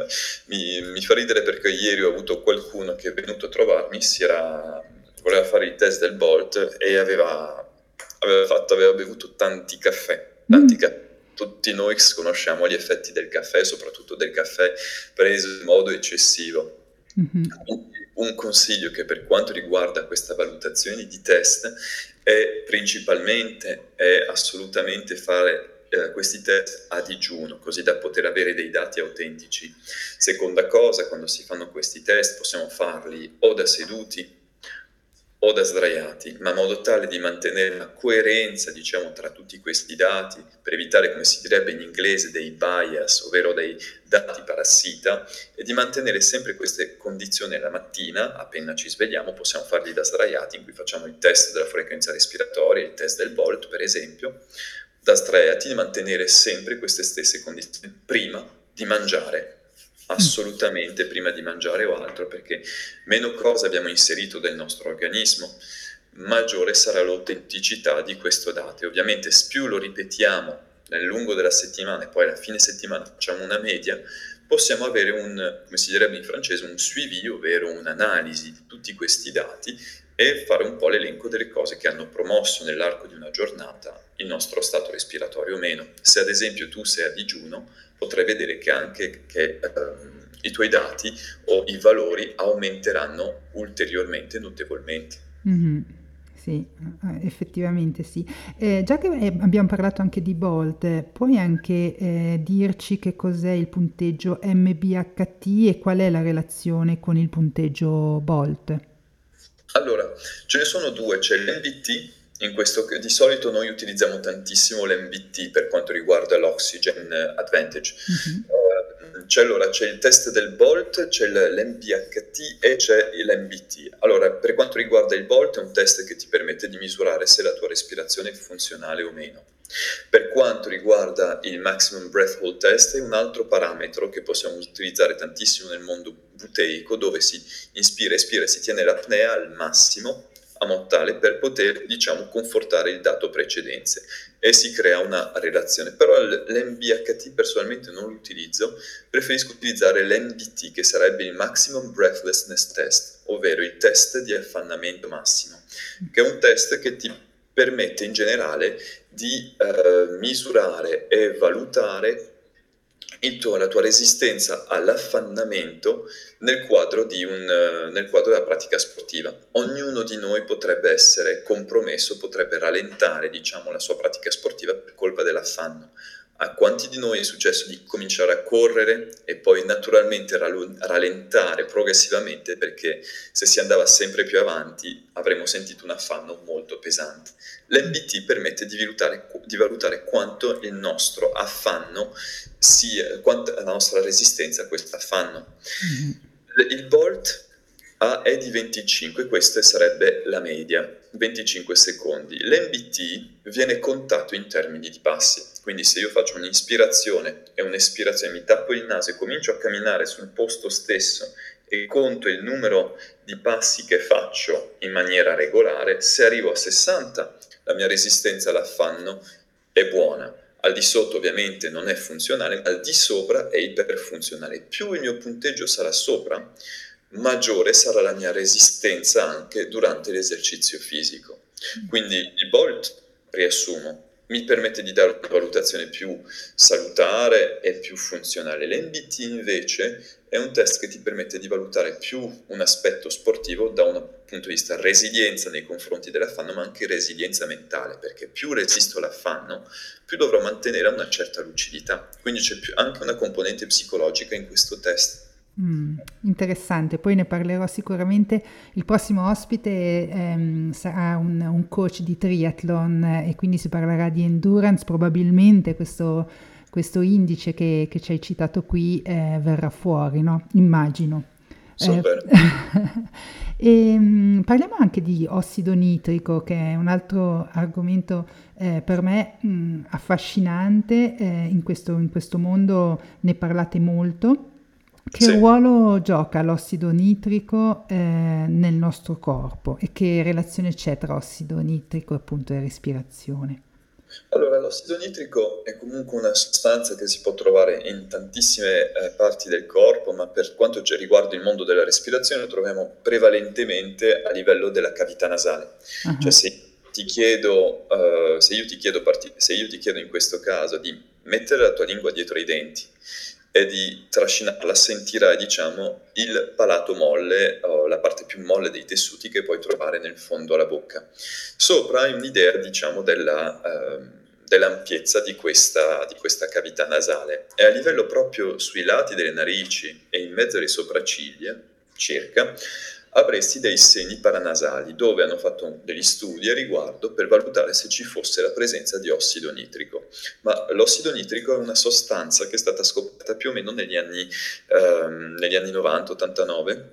mi, mi fa ridere perché ieri ho avuto qualcuno che è venuto a trovarmi, si era, voleva fare il test del Bolt e aveva, aveva fatto, aveva bevuto tanti caffè, tanti Mm. caffè. Tutti noi conosciamo gli effetti del caffè, soprattutto del caffè preso in modo eccessivo. Mhm. Quindi, un consiglio che per quanto riguarda questa valutazione di test è principalmente, è assolutamente fare eh, questi test a digiuno, così da poter avere dei dati autentici. Seconda cosa, quando si fanno questi test possiamo farli o da seduti o da sdraiati, ma in modo tale di mantenere una coerenza, diciamo, tra tutti questi dati, per evitare, come si direbbe in inglese, dei bias, ovvero dei dati parassita, e di mantenere sempre queste condizioni la mattina. Appena ci svegliamo possiamo farli da sdraiati, in cui facciamo il test della frequenza respiratoria, il test del Bolt per esempio, da sdraiati, di mantenere sempre queste stesse condizioni prima di mangiare, Mm. assolutamente prima di mangiare o altro, perché meno cose abbiamo inserito del nostro organismo, maggiore sarà l'autenticità di questo dato. E ovviamente più lo ripetiamo nel lungo della settimana e poi alla fine settimana facciamo una media, possiamo avere un, come si direbbe in francese, un suivi, ovvero un'analisi di tutti questi dati, e fare un po' l'elenco delle cose che hanno promosso nell'arco di una giornata il nostro stato respiratorio o meno. Se ad esempio tu sei a digiuno, potrai vedere che anche che, ehm, i tuoi dati o i valori aumenteranno ulteriormente, notevolmente. Mhm. Sì, eh, effettivamente sì. Eh, già che eh, abbiamo parlato anche di Bolt, eh, puoi anche eh, dirci che cos'è il punteggio M B H T e qual è la relazione con il punteggio Bolt? Allora, ce ne sono due, c'è l'M B T In questo, di solito noi utilizziamo tantissimo l'M B T per quanto riguarda l'Oxygen Advantage. Mhm. Uh, c'è, allora, c'è il test del Bolt, c'è l'M B H T e c'è l'M B T. Allora, per quanto riguarda il Bolt, è un test che ti permette di misurare se la tua respirazione è funzionale o meno. Per quanto riguarda il Maximum Breath Hold Test, è un altro parametro che possiamo utilizzare tantissimo nel mondo buteico, dove si inspira, espira e si tiene l'apnea al massimo, a modo tale per poter, diciamo, confortare il dato precedente e si crea una relazione. Però l'M B H T personalmente non lo utilizzo, preferisco utilizzare l'M B T, che sarebbe il Maximum Breathlessness Test, ovvero il test di affannamento massimo, che è un test che ti permette in generale di eh, misurare e valutare il tuo, la tua resistenza all'affannamento nel quadro, di un, nel quadro della pratica sportiva. Ognuno di noi potrebbe essere compromesso, potrebbe rallentare, diciamo, la sua pratica sportiva per colpa dell'affanno. A quanti di noi è successo di cominciare a correre e poi naturalmente rallentare progressivamente, perché se si andava sempre più avanti avremmo sentito un affanno molto pesante. L'M B T permette di valutare, di valutare quanto il nostro affanno sia, quanto la nostra resistenza a questo affanno. Mm-hmm. Il Bolt A è di venticinque, questa sarebbe la media, venticinque secondi. L'M B T viene contato in termini di passi, quindi se io faccio un'ispirazione e un'espirazione, mi tappo il naso e comincio a camminare sul posto stesso e conto il numero di passi che faccio in maniera regolare, se arrivo a sessanta la mia resistenza all'affanno è buona. Al di sotto ovviamente non è funzionale, ma al di sopra è iperfunzionale. Più il mio punteggio sarà sopra, maggiore sarà la mia resistenza anche durante l'esercizio fisico. Quindi il Bolt, riassumo, mi permette di dare una valutazione più salutare e più funzionale. L'M B T invece è un test che ti permette di valutare più un aspetto sportivo da un punto di vista resilienza nei confronti dell'affanno, ma anche resilienza mentale, perché più resisto all'affanno, più dovrò mantenere una certa lucidità. Quindi c'è più, anche una componente psicologica in questo test. Mm, interessante, poi ne parlerò sicuramente. Il prossimo ospite ehm, sarà un, un coach di triathlon eh, e quindi si parlerà di endurance. Probabilmente questo, questo indice che, che ci hai citato qui eh, verrà fuori, no? Immagino. Eh, e, mh, parliamo anche di ossido nitrico, che è un altro argomento eh, per me mh, affascinante. Eh, in questo, in questo mondo ne parlate molto. Che Sì. ruolo gioca l'ossido nitrico eh, nel nostro corpo e che relazione c'è tra ossido nitrico e appunto e respirazione? Allora, l'ossido nitrico è comunque una sostanza che si può trovare in tantissime eh, parti del corpo, ma per quanto riguarda il mondo della respirazione lo troviamo prevalentemente a livello della cavità nasale. Uh-huh. Cioè se ti chiedo, uh, se io ti chiedo, parti- se io ti chiedo in questo caso di mettere la tua lingua dietro i denti e di trascinarla, sentirai, diciamo, il palato molle, o la parte più molle dei tessuti che puoi trovare nel fondo alla bocca. Sopra hai un'idea, diciamo, della, eh, dell'ampiezza di questa, di questa cavità nasale. E a livello proprio sui lati delle narici e in mezzo alle sopracciglia, circa, avresti dei seni paranasali, dove hanno fatto degli studi a riguardo per valutare se ci fosse la presenza di ossido nitrico. Ma l'ossido nitrico è una sostanza che è stata scoperta più o meno negli anni, ehm, negli anni novanta ottantanove,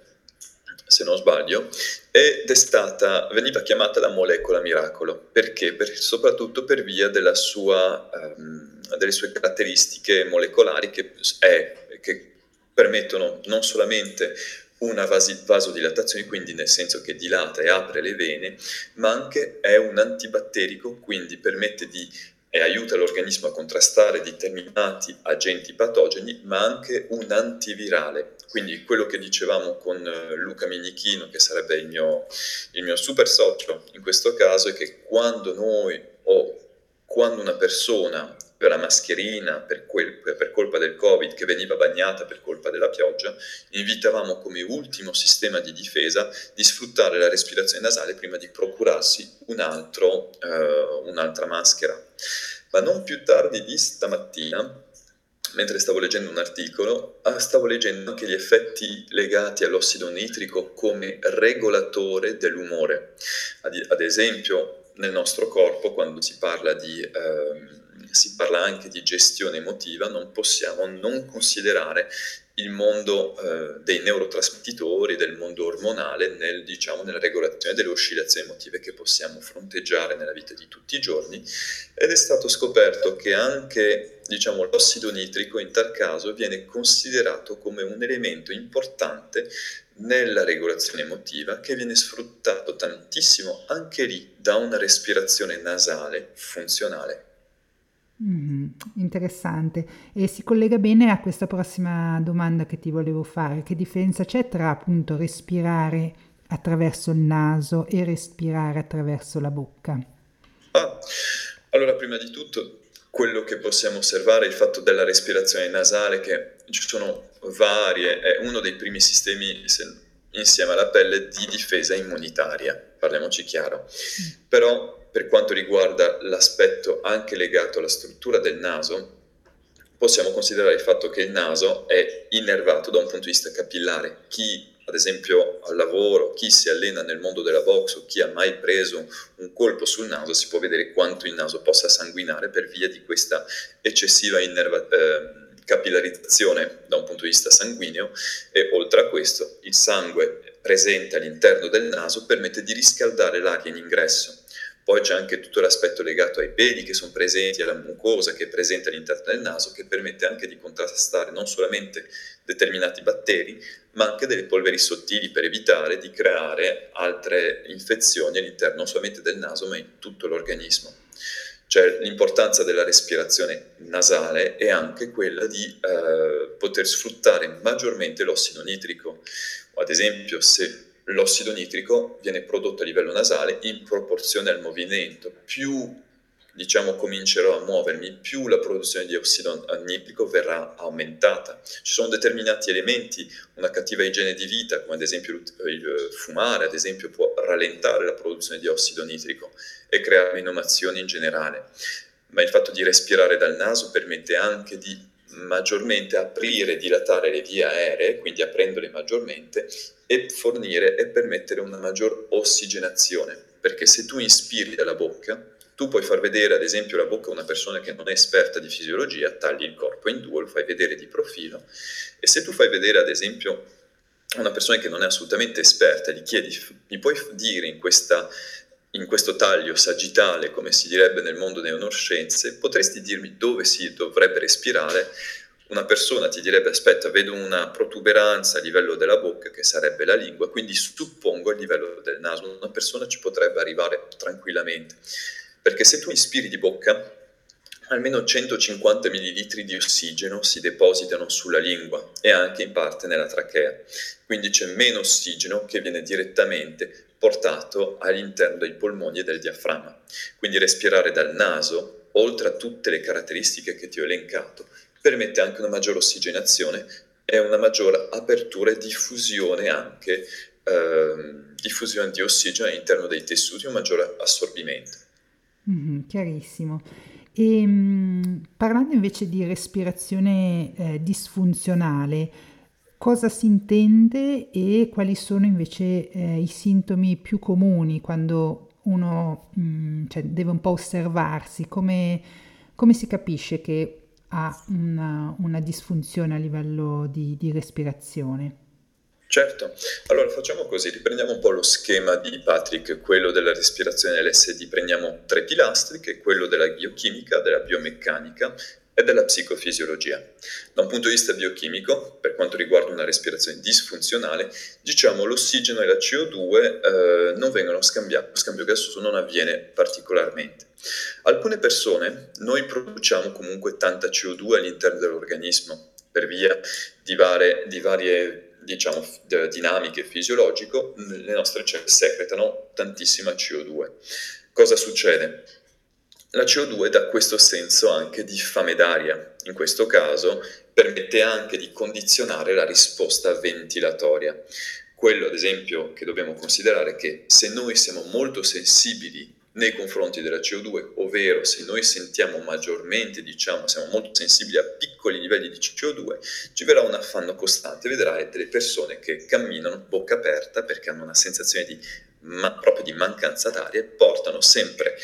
se non sbaglio, ed è stata, veniva chiamata la molecola miracolo. Perché? Per, soprattutto per via della sua, ehm, delle sue caratteristiche molecolari che, è, che permettono non solamente una vasodilatazione, quindi nel senso che dilata e apre le vene, ma anche è un antibatterico, quindi permette di e aiuta l'organismo a contrastare determinati agenti patogeni, ma anche un antivirale. Quindi quello che dicevamo con Luca Minichino, che sarebbe il mio, il mio super socio in questo caso, è che quando noi o quando una persona per la mascherina per, quel, per colpa del Covid, che veniva bagnata per colpa della pioggia, invitavamo come ultimo sistema di difesa di sfruttare la respirazione nasale prima di procurarsi un altro, eh, un'altra maschera. Ma non più tardi di stamattina, mentre stavo leggendo un articolo, stavo leggendo anche gli effetti legati all'ossido nitrico come regolatore dell'umore. Ad, ad esempio, nel nostro corpo, quando si parla di, ehm, si parla anche di gestione emotiva, non possiamo non considerare il mondo eh, dei neurotrasmettitori, del mondo ormonale, nel, diciamo, nella regolazione delle oscillazioni emotive che possiamo fronteggiare nella vita di tutti i giorni. Ed è stato scoperto che anche, diciamo, l'ossido nitrico in tal caso viene considerato come un elemento importante nella regolazione emotiva, che viene sfruttato tantissimo anche lì da una respirazione nasale funzionale. Mh-mh, interessante. E si collega bene a questa prossima domanda che ti volevo fare. Che differenza c'è tra appunto respirare attraverso il naso e respirare attraverso la bocca? Ah, allora prima di tutto quello che possiamo osservare è il fatto della respirazione nasale, che ci sono varie, è uno dei primi sistemi se- insieme alla pelle di difesa immunitaria, parliamoci chiaro. Però per quanto riguarda l'aspetto anche legato alla struttura del naso, possiamo considerare il fatto che il naso è innervato da un punto di vista capillare. Chi, ad esempio, al lavoro, chi si allena nel mondo della box o chi ha mai preso un colpo sul naso, si può vedere quanto il naso possa sanguinare per via di questa eccessiva innerva- eh, capillarizzazione da un punto di vista sanguigno, e oltre a questo il sangue presente all'interno del naso permette di riscaldare l'aria in ingresso. Poi c'è anche tutto l'aspetto legato ai peli che sono presenti, alla mucosa che è presente all'interno del naso, che permette anche di contrastare non solamente determinati batteri, ma anche delle polveri sottili, per evitare di creare altre infezioni all'interno non solamente del naso, ma in tutto l'organismo. Cioè l'importanza della respirazione nasale è anche quella di eh, poter sfruttare maggiormente l'ossido nitrico. Ad esempio, se l'ossido nitrico viene prodotto a livello nasale in proporzione al movimento, più diciamo comincerò a muovermi, più la produzione di ossido nitrico verrà aumentata. Ci sono determinati elementi, una cattiva igiene di vita, come ad esempio il fumare, ad esempio, può rallentare la produzione di ossido nitrico e creare menomazioni in generale. Ma il fatto di respirare dal naso permette anche di maggiormente aprire e dilatare le vie aeree, quindi aprendole maggiormente, e fornire e permettere una maggior ossigenazione, perché se tu inspiri dalla bocca, tu puoi far vedere ad esempio la bocca a una persona che non è esperta di fisiologia, tagli il corpo in due, lo fai vedere di profilo, e se tu fai vedere ad esempio a una persona che non è assolutamente esperta, gli chiedi, mi puoi dire in questa in questo taglio sagittale, come si direbbe nel mondo delle neuroscienze, potresti dirmi dove si dovrebbe respirare? Una persona ti direbbe, aspetta, vedo una protuberanza a livello della bocca, che sarebbe la lingua, quindi suppongo a livello del naso. Una persona ci potrebbe arrivare tranquillamente. Perché se tu ispiri di bocca, almeno centocinquanta millilitri di ossigeno si depositano sulla lingua e anche in parte nella trachea. Quindi c'è meno ossigeno che viene direttamente portato all'interno dei polmoni e del diaframma. Quindi respirare dal naso, oltre a tutte le caratteristiche che ti ho elencato, permette anche una maggiore ossigenazione e una maggiore apertura e diffusione anche ehm, diffusione di ossigeno all'interno dei tessuti, un maggiore assorbimento. Mh-mh, chiarissimo. Ehm, parlando invece di respirazione, ehm, disfunzionale, cosa si intende e quali sono invece, ehm, i sintomi più comuni quando uno, mhmm, cioè deve un po' osservarsi? Come come si capisce che ha una una disfunzione a livello di di respirazione? Certo, allora facciamo così, riprendiamo un po' lo schema di Patrick, quello della respirazione L S D, prendiamo tre pilastri, che è quello della biochimica, della biomeccanica e della psicofisiologia. Da un punto di vista biochimico, per quanto riguarda una respirazione disfunzionale, diciamo l'ossigeno e la C O due eh, non vengono scambiati, lo scambio gassoso non avviene particolarmente. Alcune persone, noi produciamo comunque tanta C O due all'interno dell'organismo per via di, varie, di varie diciamo, dinamiche fisiologiche, le nostre cellule secretano tantissima C O due. Cosa succede? La C O due dà questo senso anche di fame d'aria, in questo caso permette anche di condizionare la risposta ventilatoria. Quello, ad esempio, che dobbiamo considerare è che se noi siamo molto sensibili nei confronti della C O due, ovvero se noi sentiamo maggiormente, diciamo, siamo molto sensibili a piccoli livelli di C O due, ci verrà un affanno costante. Vedrai delle persone che camminano bocca aperta perché hanno una sensazione di ma proprio di mancanza d'aria e portano sempre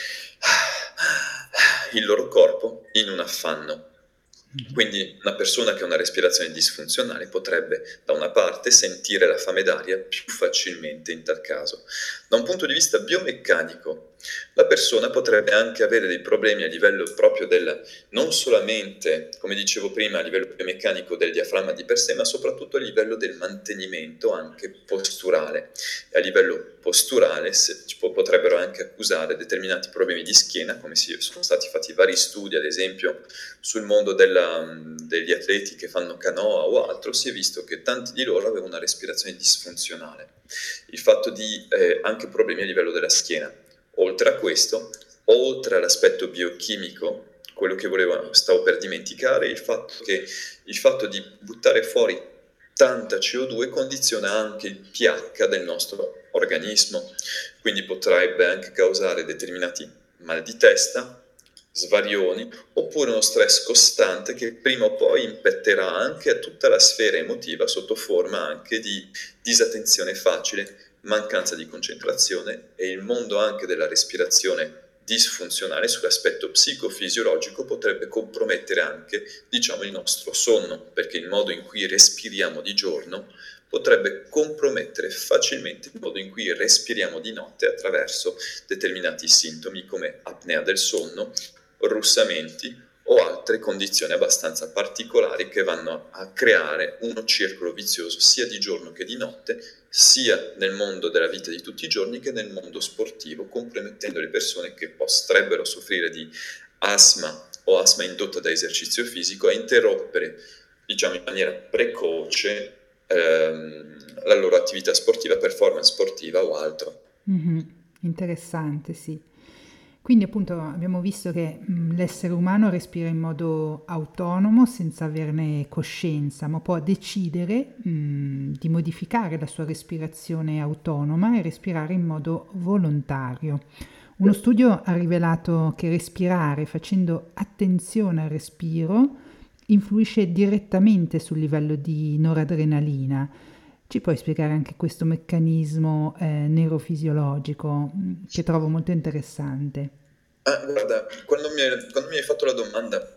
il loro corpo in un affanno. Quindi una persona che ha una respirazione disfunzionale potrebbe da una parte sentire la fame d'aria più facilmente in tal caso. Da un punto di vista biomeccanico, la persona potrebbe anche avere dei problemi a livello proprio del, non solamente, come dicevo prima, a livello biomeccanico del diaframma di per sé, ma soprattutto a livello del mantenimento anche posturale. E a livello posturale se, potrebbero anche accusare determinati problemi di schiena, come si, sono stati fatti vari studi, ad esempio sul mondo della, degli atleti che fanno canoa o altro, si è visto che tanti di loro avevano una respirazione disfunzionale. Il fatto di eh, anche problemi a livello della schiena. Oltre a questo, oltre all'aspetto biochimico, quello che volevo, stavo per dimenticare, il fatto che il fatto di buttare fuori tanta C O due condiziona anche il pH del nostro organismo, quindi potrebbe anche causare determinati mal di testa, svarioni, oppure uno stress costante che prima o poi impetterà anche a tutta la sfera emotiva sotto forma anche di disattenzione facile, mancanza di concentrazione, e il mondo anche della respirazione disfunzionale sull'aspetto psicofisiologico potrebbe compromettere anche, diciamo, il nostro sonno, perché il modo in cui respiriamo di giorno potrebbe compromettere facilmente il modo in cui respiriamo di notte attraverso determinati sintomi come apnea del sonno, russamenti o altre condizioni abbastanza particolari che vanno a creare uno circolo vizioso sia di giorno che di notte, sia nel mondo della vita di tutti i giorni che nel mondo sportivo, compromettendo le persone che potrebbero soffrire di asma o asma indotta da esercizio fisico a interrompere, diciamo in maniera precoce, ehm, la loro attività sportiva, performance sportiva o altro. Mm-hmm. Interessante, sì. Quindi appunto abbiamo visto che mh, l'essere umano respira in modo autonomo senza averne coscienza, ma può decidere mh, di modificare la sua respirazione autonoma e respirare in modo volontario. Uno studio ha rivelato che respirare facendo attenzione al respiro influisce direttamente sul livello di noradrenalina. Ci puoi spiegare anche questo meccanismo eh, neurofisiologico mh, che trovo molto interessante? Ah, guarda, quando mi, hai, quando mi hai fatto la domanda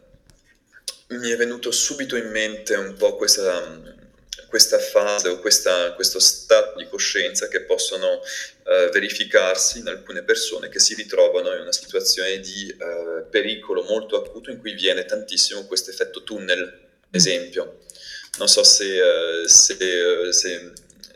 mi è venuto subito in mente un po' questa, questa fase o questa, questo stato di coscienza che possono eh, verificarsi in alcune persone che si ritrovano in una situazione di eh, pericolo molto acuto in cui viene tantissimo questo effetto tunnel, esempio. Non so se, eh, se, se,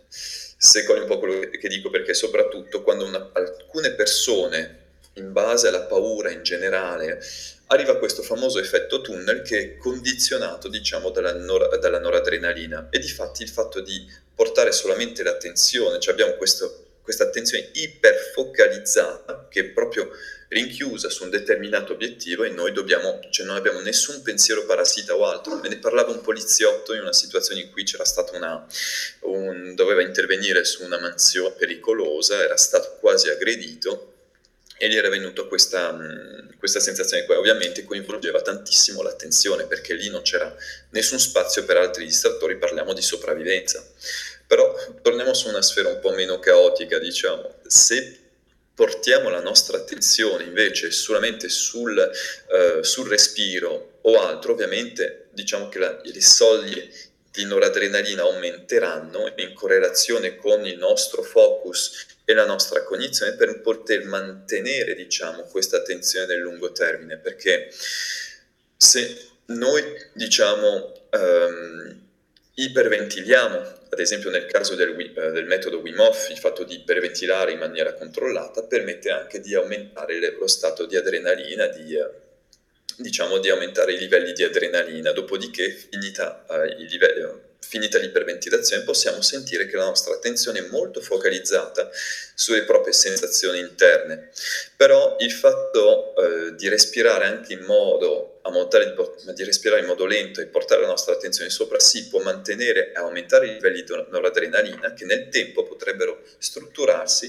se cogli un po' quello che dico, perché soprattutto quando una, alcune persone, in base alla paura in generale, arriva questo famoso effetto tunnel che è condizionato, diciamo, dalla, nor- dalla noradrenalina, e difatti il fatto di portare solamente l'attenzione, cioè abbiamo questo, questa attenzione iperfocalizzata che è proprio rinchiusa su un determinato obiettivo e noi dobbiamo, cioè non abbiamo nessun pensiero parassita o altro. Me ne parlava un poliziotto in una situazione in cui c'era stata una, un, doveva intervenire su una mansione pericolosa, era stato quasi aggredito e gli era venuta questa, questa sensazione qua. Ovviamente coinvolgeva tantissimo l'attenzione, perché lì non c'era nessun spazio per altri distrattori, parliamo di sopravvivenza. Però torniamo su una sfera un po' meno caotica, diciamo. Se portiamo la nostra attenzione invece solamente sul, eh, sul respiro o altro, ovviamente diciamo che la, le soglie di noradrenalina aumenteranno in correlazione con il nostro focus e la nostra cognizione per poter mantenere, diciamo, questa attenzione nel lungo termine, perché se noi, diciamo, ehm, iperventiliamo, ad esempio nel caso del, eh, del metodo Wim Hof, il fatto di iperventilare in maniera controllata permette anche di aumentare le, lo stato di adrenalina, di, eh, diciamo, di aumentare i livelli di adrenalina, dopodiché finita, eh, i livelli, finita l'iperventilazione possiamo sentire che la nostra attenzione è molto focalizzata sulle proprie sensazioni interne. Però il fatto eh, di respirare anche in modo a montare, di respirare in modo lento e portare la nostra attenzione sopra sì, può mantenere e aumentare i livelli di noradrenalina che nel tempo potrebbero strutturarsi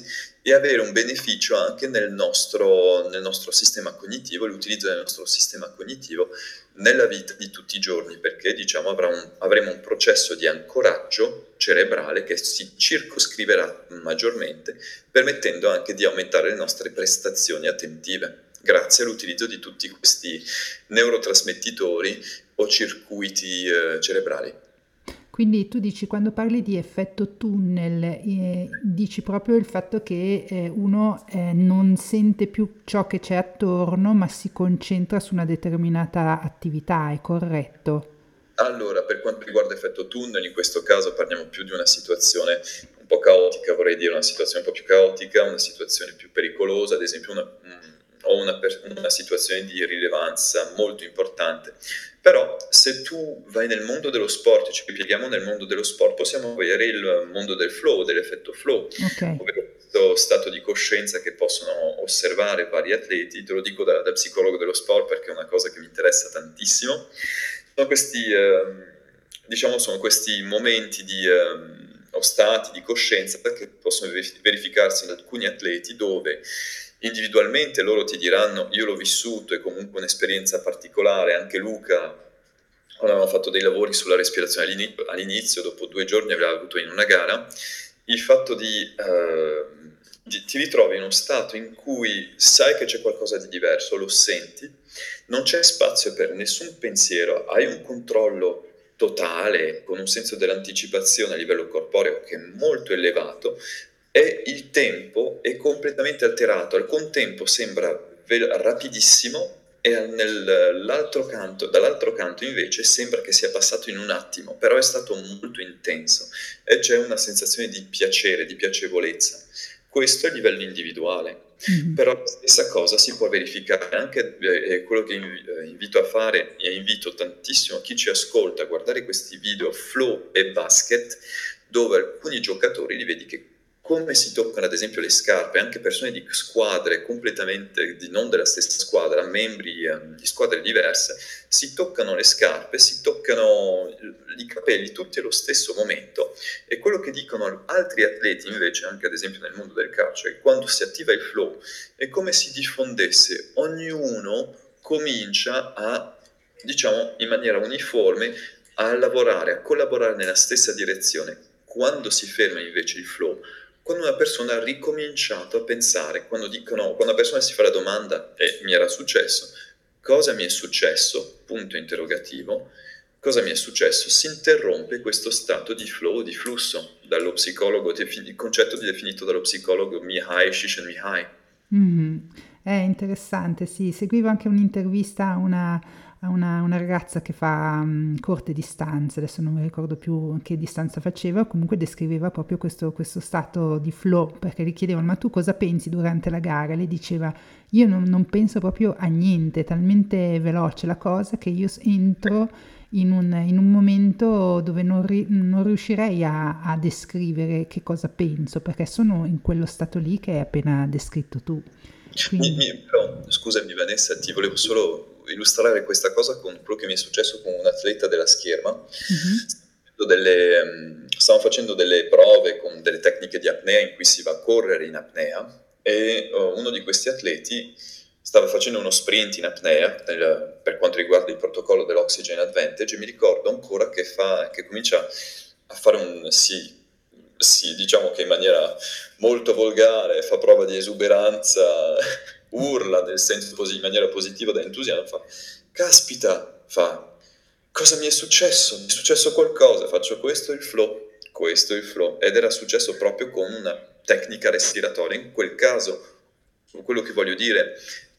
e avere un beneficio anche nel nostro, nel nostro sistema cognitivo, l'utilizzo del nostro sistema cognitivo nella vita di tutti i giorni, perché diciamo avrà un, avremo un processo di ancoraggio cerebrale che si circoscriverà maggiormente, permettendo anche di aumentare le nostre prestazioni attentive, grazie all'utilizzo di tutti questi neurotrasmettitori o circuiti eh, cerebrali. Quindi tu dici, quando parli di effetto tunnel, eh, dici proprio il fatto che eh, uno eh, non sente più ciò che c'è attorno, ma si concentra su una determinata attività, è corretto? Allora, per quanto riguarda effetto tunnel, in questo caso parliamo più di una situazione un po' caotica, vorrei dire una situazione un po' più caotica, una situazione più pericolosa, ad esempio una, mm, o una, per- una situazione di rilevanza molto importante. Però se tu vai nel mondo dello sport, ci pieghiamo nel mondo dello sport, possiamo avere il mondo del flow, dell'effetto flow, Ok. ovvero questo stato di coscienza che possono osservare vari atleti. Te lo dico da, da psicologo dello sport perché è una cosa che mi interessa tantissimo. Sono questi, ehm, diciamo, sono questi momenti di, ehm, o stati di coscienza che possono verif- verificarsi in alcuni atleti dove individualmente loro ti diranno io l'ho vissuto, è comunque un'esperienza particolare. Anche Luca, avevamo fatto dei lavori sulla respirazione all'ini- all'inizio, dopo due giorni aveva avuto in una gara, il fatto di, eh, di- ti ritrovi in uno stato in cui sai che c'è qualcosa di diverso, lo senti, non c'è spazio per nessun pensiero, hai un controllo totale, con un senso dell'anticipazione a livello corporeo che è molto elevato, e il tempo è completamente alterato, al contempo sembra ve- rapidissimo e nell'altro canto, dall'altro canto invece sembra che sia passato in un attimo, però è stato molto intenso e c'è una sensazione di piacere, di piacevolezza. Questo è a livello individuale. Mhm. Però la stessa cosa si può verificare anche, eh, quello che inv- eh, invito a fare e invito tantissimo chi ci ascolta a guardare questi video flow e basket, dove alcuni giocatori li vedi che come si toccano ad esempio le scarpe, anche persone di squadre completamente di, non della stessa squadra, membri eh, di squadre diverse, si toccano le scarpe, si toccano i capelli tutti allo stesso momento. E quello che dicono altri atleti invece, anche ad esempio nel mondo del calcio, è che quando si attiva il flow è come se diffondesse, ognuno comincia a, diciamo, in maniera uniforme a lavorare, a collaborare nella stessa direzione. Quando si ferma invece il flow, quando una persona ha ricominciato a pensare, quando dicono, quando una persona si fa la domanda, e mi era successo, cosa mi è successo? Punto interrogativo. Cosa mi è successo? Si interrompe questo stato di flow, di flusso, dallo psicologo, il concetto definito dallo psicologo Mihai Csikszentmihalyi. Mhm. È interessante, sì. Seguivo anche un'intervista a una, a una- una ragazza che fa mm, corte distanze, adesso non mi ricordo più che distanza faceva, comunque descriveva proprio questo, questo stato di flow, perché gli chiedevano, ma tu cosa pensi durante la gara? Lei diceva, io non, non penso proprio a niente, è talmente veloce la cosa che io s- entro in un, in un momento dove non, ri- non riuscirei a, a descrivere che cosa penso, perché sono in quello stato lì che hai appena descritto tu. Mi- Quindi, mi- però, scusami Vanessa, ti volevo solo illustrare questa cosa con quello che mi è successo con un atleta della scherma. mhm, Delle, mm, stavamo facendo delle prove con delle tecniche di apnea in cui si va a correre in apnea e uh, uno di questi atleti stava facendo uno sprint in apnea nel- per quanto riguarda il protocollo dell'Oxygen Advantage e mi ricordo ancora che, fa, che comincia a fare un sì, sì, diciamo che in maniera molto volgare, fa prova di esuberanza, urla nel senso posi- in maniera positiva da entusiasmo, fa caspita, fa cosa mi è successo? Mi è successo qualcosa, faccio questo è il flow, questo è il flow ed era successo proprio con una tecnica respiratoria. In quel caso, quello che voglio dire,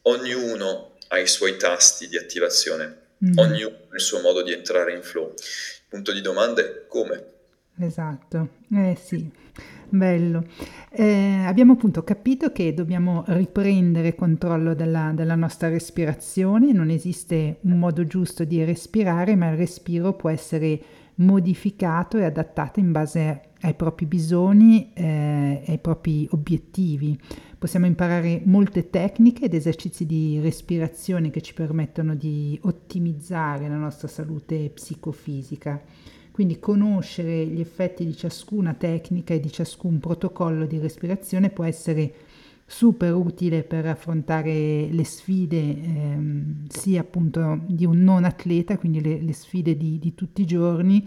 ognuno ha i suoi tasti di attivazione, mhm. ognuno ha il suo modo di entrare in flow. Il punto di domanda è come? Esatto, eh sì, bello. Eh, abbiamo appunto capito che dobbiamo riprendere controllo della, della nostra respirazione, non esiste un modo giusto di respirare, ma il respiro può essere modificato e adattato in base ai propri bisogni eh, e ai propri obiettivi. Possiamo imparare molte tecniche ed esercizi di respirazione che ci permettono di ottimizzare la nostra salute psicofisica. Quindi conoscere gli effetti di ciascuna tecnica e di ciascun protocollo di respirazione può essere super utile per affrontare le sfide ehm, sia appunto di un non atleta, quindi le, le sfide di, di tutti i giorni,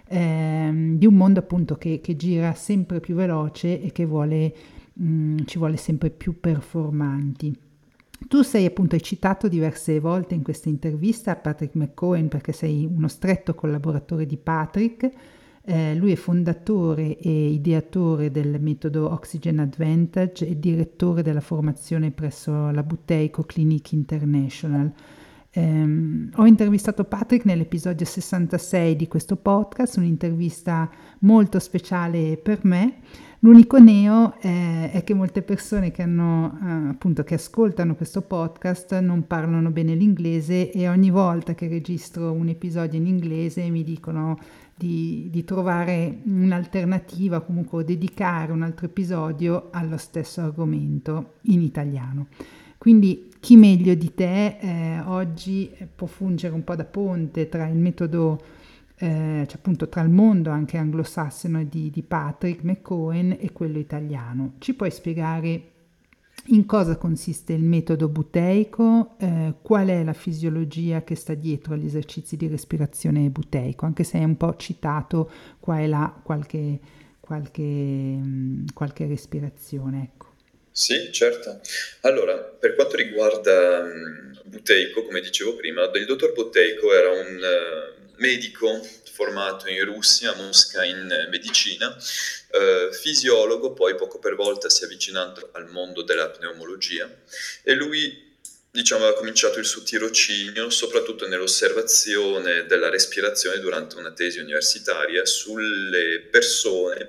ehm, di un mondo appunto che, che gira sempre più veloce e che vuole, mh, ci vuole sempre più performanti. Tu sei appunto, hai citato diverse volte in questa intervista Patrick McKeown perché sei uno stretto collaboratore di Patrick. Eh, lui è fondatore e ideatore del metodo Oxygen Advantage e direttore della formazione presso la Buteyko Clinic International. Ehm, ho intervistato Patrick nell'episodio sessantasei di questo podcast, un'intervista molto speciale per me. L'unico neo è, è che molte persone che hanno eh, appunto che ascoltano questo podcast non parlano bene l'inglese e ogni volta che registro un episodio in inglese mi dicono di, di trovare un'alternativa, comunque dedicare un altro episodio allo stesso argomento in italiano. Quindi chi meglio di te eh, oggi può fungere un po' da ponte tra il metodo eh, cioè appunto tra il mondo anche anglosassone di, di Patrick McKeown e quello italiano. Ci puoi spiegare in cosa consiste il metodo Buteyko, eh, qual è la fisiologia che sta dietro agli esercizi di respirazione Buteyko, anche se è un po' citato qua e là qualche, qualche, mh, qualche respirazione, ecco. Sì, certo. Allora, per quanto riguarda um, Buteyko, come dicevo prima, il dottor Buteyko era un uh, medico formato in Russia, a Mosca, in uh, medicina, uh, fisiologo, poi poco per volta si è avvicinato al mondo della pneumologia e lui, diciamo, ha cominciato il suo tirocinio soprattutto nell'osservazione della respirazione durante una tesi universitaria sulle persone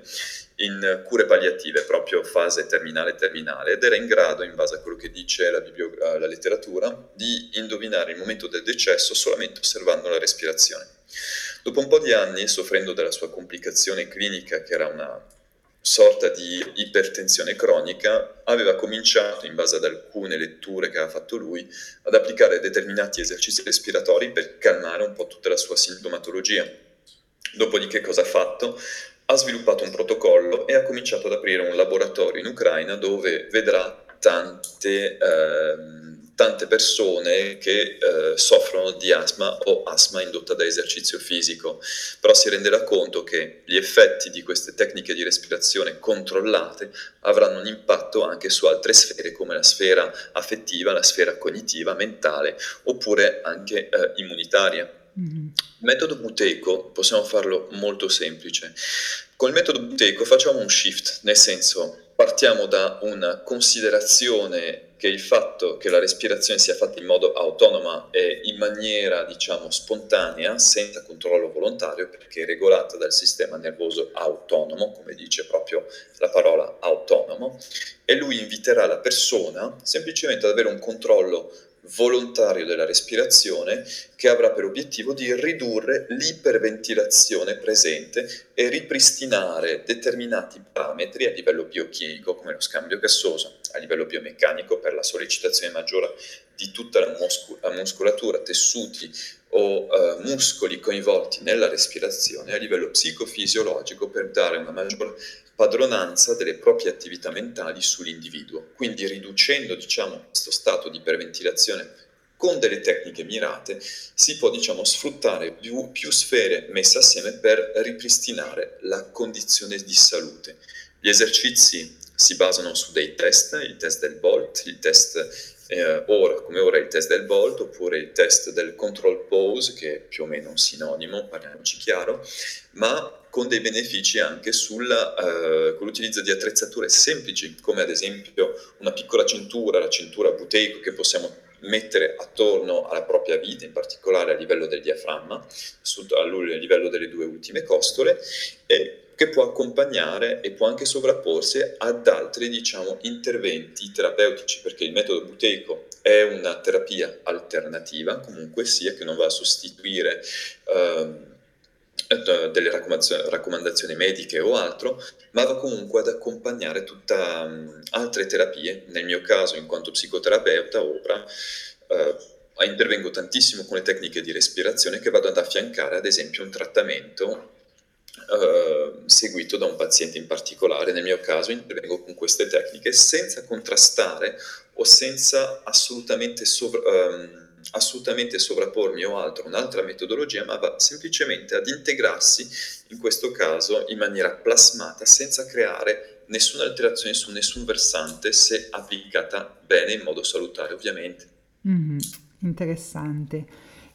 in cure palliative, proprio fase terminale terminale, ed era in grado, in base a quello che dice la, biblio- la letteratura, di indovinare il momento del decesso solamente osservando la respirazione. Dopo un po' di anni, soffrendo della sua complicazione clinica, che era una sorta di ipertensione cronica, aveva cominciato, in base ad alcune letture che aveva fatto lui, ad applicare determinati esercizi respiratori per calmare un po' tutta la sua sintomatologia. Dopodiché cosa ha fatto? Ha sviluppato un protocollo e ha cominciato ad aprire un laboratorio in Ucraina dove vedrà tante, ehm, tante persone che eh, soffrono di asma o asma indotta da esercizio fisico, però si renderà conto che gli effetti di queste tecniche di respirazione controllate avranno un impatto anche su altre sfere come la sfera affettiva, la sfera cognitiva, mentale oppure anche eh, immunitaria. Mm-hmm. Il metodo Buteyko possiamo farlo molto semplice. Con il metodo Buteyko facciamo un shift, nel senso partiamo da una considerazione che il fatto che la respirazione sia fatta in modo autonomo e in maniera, diciamo, spontanea, senza controllo volontario, perché è regolata dal sistema nervoso autonomo, come dice proprio la parola autonomo, e lui inviterà la persona semplicemente ad avere un controllo volontario della respirazione che avrà per obiettivo di ridurre l'iperventilazione presente e ripristinare determinati parametri a livello biochimico come lo scambio gassoso, a livello biomeccanico per la sollecitazione maggiore di tutta la, muscol- la muscolatura, tessuti o uh, muscoli coinvolti nella respirazione, a livello psicofisiologico per dare una maggiore padronanza delle proprie attività mentali sull'individuo, quindi riducendo, diciamo, questo stato di iperventilazione con delle tecniche mirate si può, diciamo, sfruttare più, più sfere messe assieme per ripristinare la condizione di salute. Gli esercizi si basano su dei test, il test del Bolt, il test eh, ora come ora il test del Bolt oppure il test del control pose, che è più o meno un sinonimo, parliamoci chiaro, ma con dei benefici anche sulla, eh, con l'utilizzo di attrezzature semplici, come ad esempio una piccola cintura, la cintura Buteyko, che possiamo mettere attorno alla propria vita, in particolare a livello del diaframma, a livello delle due ultime costole, e che può accompagnare e può anche sovrapporsi ad altri, diciamo, interventi terapeutici, perché il metodo Buteyko è una terapia alternativa, comunque sia, che non va a sostituire ehm, delle raccomandazioni mediche o altro, ma va comunque ad accompagnare tutta um, altre terapie. Nel mio caso, in quanto psicoterapeuta, ora eh, intervengo tantissimo con le tecniche di respirazione che vado ad affiancare, ad esempio, un trattamento eh, seguito da un paziente in particolare. Nel mio caso intervengo con queste tecniche senza contrastare o senza assolutamente, sovra- ehm, assolutamente sovrappormi o altro a un'altra metodologia, ma va semplicemente ad integrarsi in questo caso in maniera plasmata, senza creare nessuna alterazione su nessun versante, se applicata bene in modo salutare, ovviamente. Mh-mh, interessante.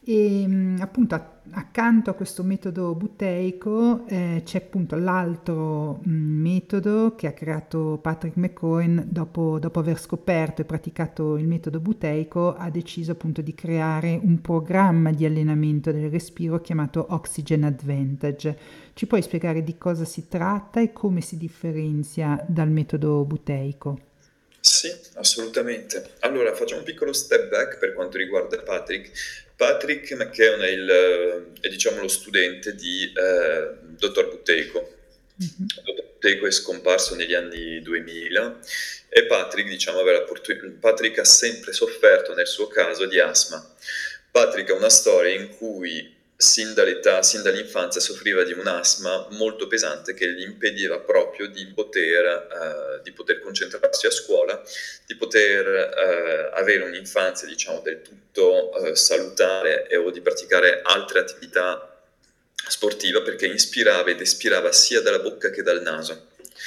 Ehm, appunto a accanto a questo metodo buteico, ehm, c'è appunto l'altro, mhmm, metodo che ha creato Patrick McKeown dopo dopo aver scoperto e praticato il metodo buteico, ha deciso appunto di creare un programma di allenamento del respiro chiamato Oxygen Advantage. Ci puoi spiegare di cosa si tratta e come si differenzia dal metodo buteico? Sì, assolutamente. Allora, facciamo un piccolo step back per quanto riguarda Patrick. Patrick McKeown è, il, è diciamo lo studente di eh, dottor Buteyko. Mh-mh. dottor Buteyko è scomparso negli anni duemila e Patrick, diciamo, aveva la fortuna- Patrick ha sempre sofferto nel suo caso di asma. Patrick ha una storia in cui sin dall'età, sin dall'infanzia soffriva di un asma molto pesante che gli impediva proprio di poter, eh, di poter concentrarsi a scuola, di poter eh, avere un'infanzia, diciamo, del tutto eh, salutare e, o di praticare altre attività sportive, perché inspirava ed espirava sia dalla bocca che dal naso.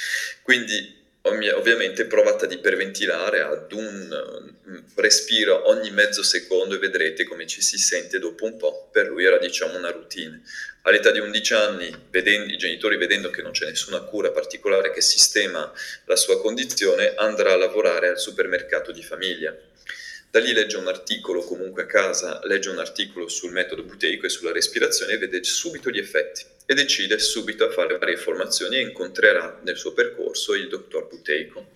Quindi ovviamente provate ad iperventilare ad un uh, respiro ogni mezzo secondo e vedrete come ci si sente dopo un po'. Per lui era, diciamo, una routine. All'età di undici anni, vedendo, i genitori vedendo che non c'è nessuna cura particolare che sistema la sua condizione, andrà a lavorare al supermercato di famiglia. Da lì legge un articolo, comunque a casa, legge un articolo sul metodo buteico e sulla respirazione e vede subito gli effetti e decide subito a fare varie formazioni e incontrerà nel suo percorso il dottor Buteyko.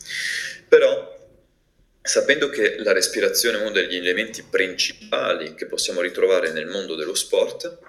Però, sapendo che la respirazione è uno degli elementi principali che possiamo ritrovare nel mondo dello sport,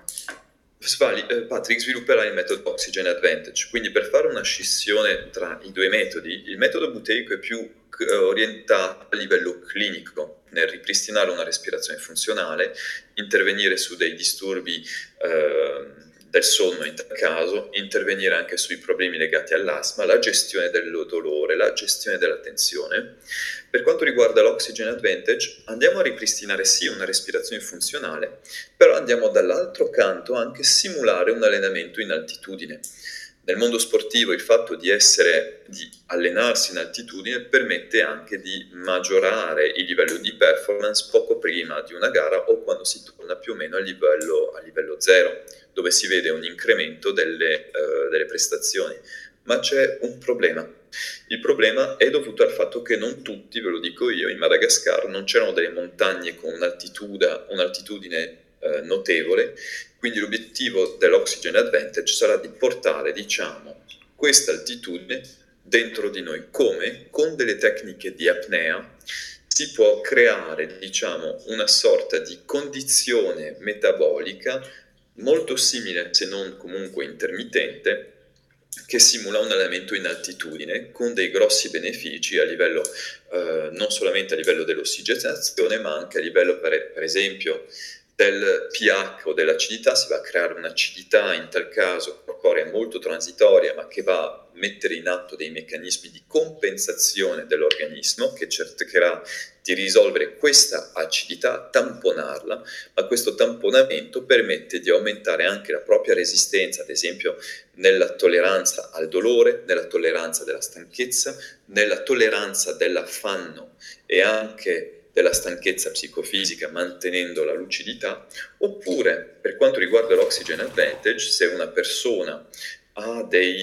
Patrick svilupperà il metodo Oxygen Advantage. Quindi, per fare una scissione tra i due metodi, il metodo buteico è più orientato a livello clinico nel ripristinare una respirazione funzionale, intervenire su dei disturbi eh, del sonno in tal caso, intervenire anche sui problemi legati all'asma, la gestione del dolore, la gestione della tensione. Per quanto riguarda l'Oxygen Advantage, andiamo a ripristinare sì una respirazione funzionale, però andiamo dall'altro canto anche a simulare un allenamento in altitudine. Nel mondo sportivo il fatto di essere, di allenarsi in altitudine permette anche di maggiorare il livello di performance poco prima di una gara o quando si torna più o meno a livello, a livello zero, dove si vede un incremento delle, uh, delle prestazioni. Ma c'è un problema. Il problema è dovuto al fatto che non tutti, ve lo dico io, in Madagascar non c'erano delle montagne con un'altitudine, un'altitudine eh, notevole, quindi l'obiettivo dell'Oxygen Advantage sarà di portare, diciamo, questa altitudine dentro di noi. Come? Con delle tecniche di apnea si può creare, diciamo, una sorta di condizione metabolica molto simile, se non comunque intermittente, che simula un allenamento in altitudine con dei grossi benefici a livello, eh, non solamente a livello dell'ossigenazione, ma anche a livello, per, per esempio, del pH o dell'acidità. Si va a creare un'acidità in tal caso corporea molto transitoria, ma che va a mettere in atto dei meccanismi di compensazione dell'organismo che cercherà di risolvere questa acidità, tamponarla, ma questo tamponamento permette di aumentare anche la propria resistenza, ad esempio nella tolleranza al dolore, nella tolleranza della stanchezza, nella tolleranza dell'affanno e anche della stanchezza psicofisica mantenendo la lucidità. Oppure, per quanto riguarda l'Oxygen Advantage, se una persona ha dei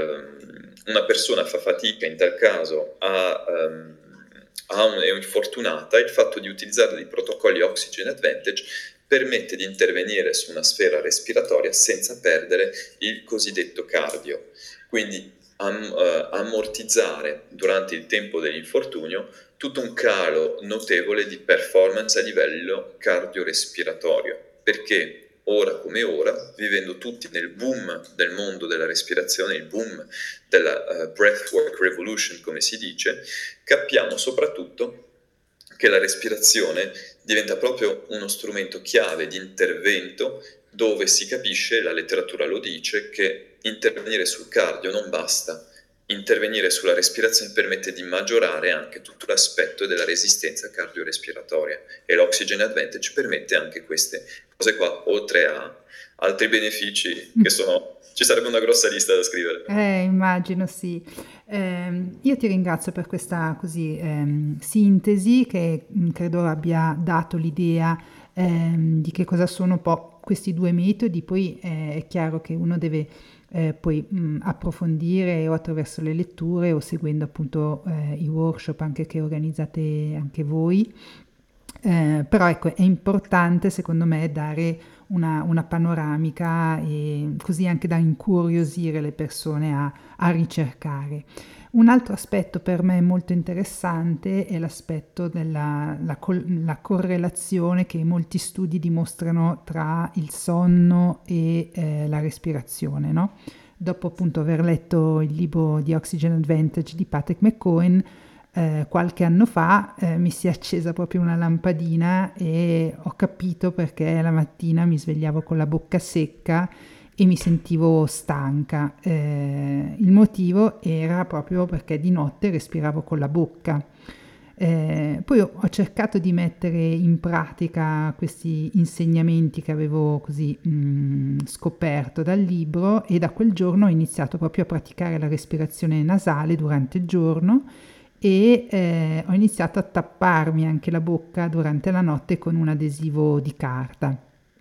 ehm, una persona fa fatica, in tal caso ha, ehm, ha un, è infortunata, il fatto di utilizzare dei protocolli Oxygen Advantage permette di intervenire su una sfera respiratoria senza perdere il cosiddetto cardio. Quindi am, eh, ammortizzare durante il tempo dell'infortunio tutto un calo notevole di performance a livello cardiorespiratorio. Perché ora come ora, vivendo tutti nel boom del mondo della respirazione, il boom della uh, breathwork revolution, come si dice, capiamo soprattutto che la respirazione diventa proprio uno strumento chiave di intervento, dove si capisce, la letteratura lo dice, che intervenire sul cardio non basta. Intervenire sulla respirazione permette di maggiorare anche tutto l'aspetto della resistenza cardiorespiratoria, e l'Oxygen Advantage permette anche queste cose qua, oltre a altri benefici che sono... ci sarebbe una grossa lista da scrivere. Eh, immagino, sì. Ehm, io ti ringrazio per questa così ehm, sintesi che mh, credo abbia dato l'idea ehm, di che cosa sono un po' questi due metodi. Poi eh, è chiaro che uno deve eh, poi mh, approfondire o attraverso le letture o seguendo appunto eh, i workshop anche che organizzate anche voi. Eh, però ecco, è importante secondo me dare una, una panoramica e così anche da incuriosire le persone a, a ricercare. Un altro aspetto per me molto interessante è l'aspetto della la col- la correlazione che molti studi dimostrano tra il sonno e eh, la respirazione, no? Dopo appunto aver letto il libro di Oxygen Advantage di Patrick McKeown, eh, qualche anno fa eh, mi si è accesa proprio una lampadina e ho capito perché la mattina mi svegliavo con la bocca secca e mi sentivo stanca. Eh, il motivo era proprio perché di notte respiravo con la bocca. Eh, poi ho, ho cercato di mettere in pratica questi insegnamenti che avevo così mh, scoperto dal libro, e da quel giorno ho iniziato proprio a praticare la respirazione nasale durante il giorno e eh, ho iniziato a tapparmi anche la bocca durante la notte con un adesivo di carta.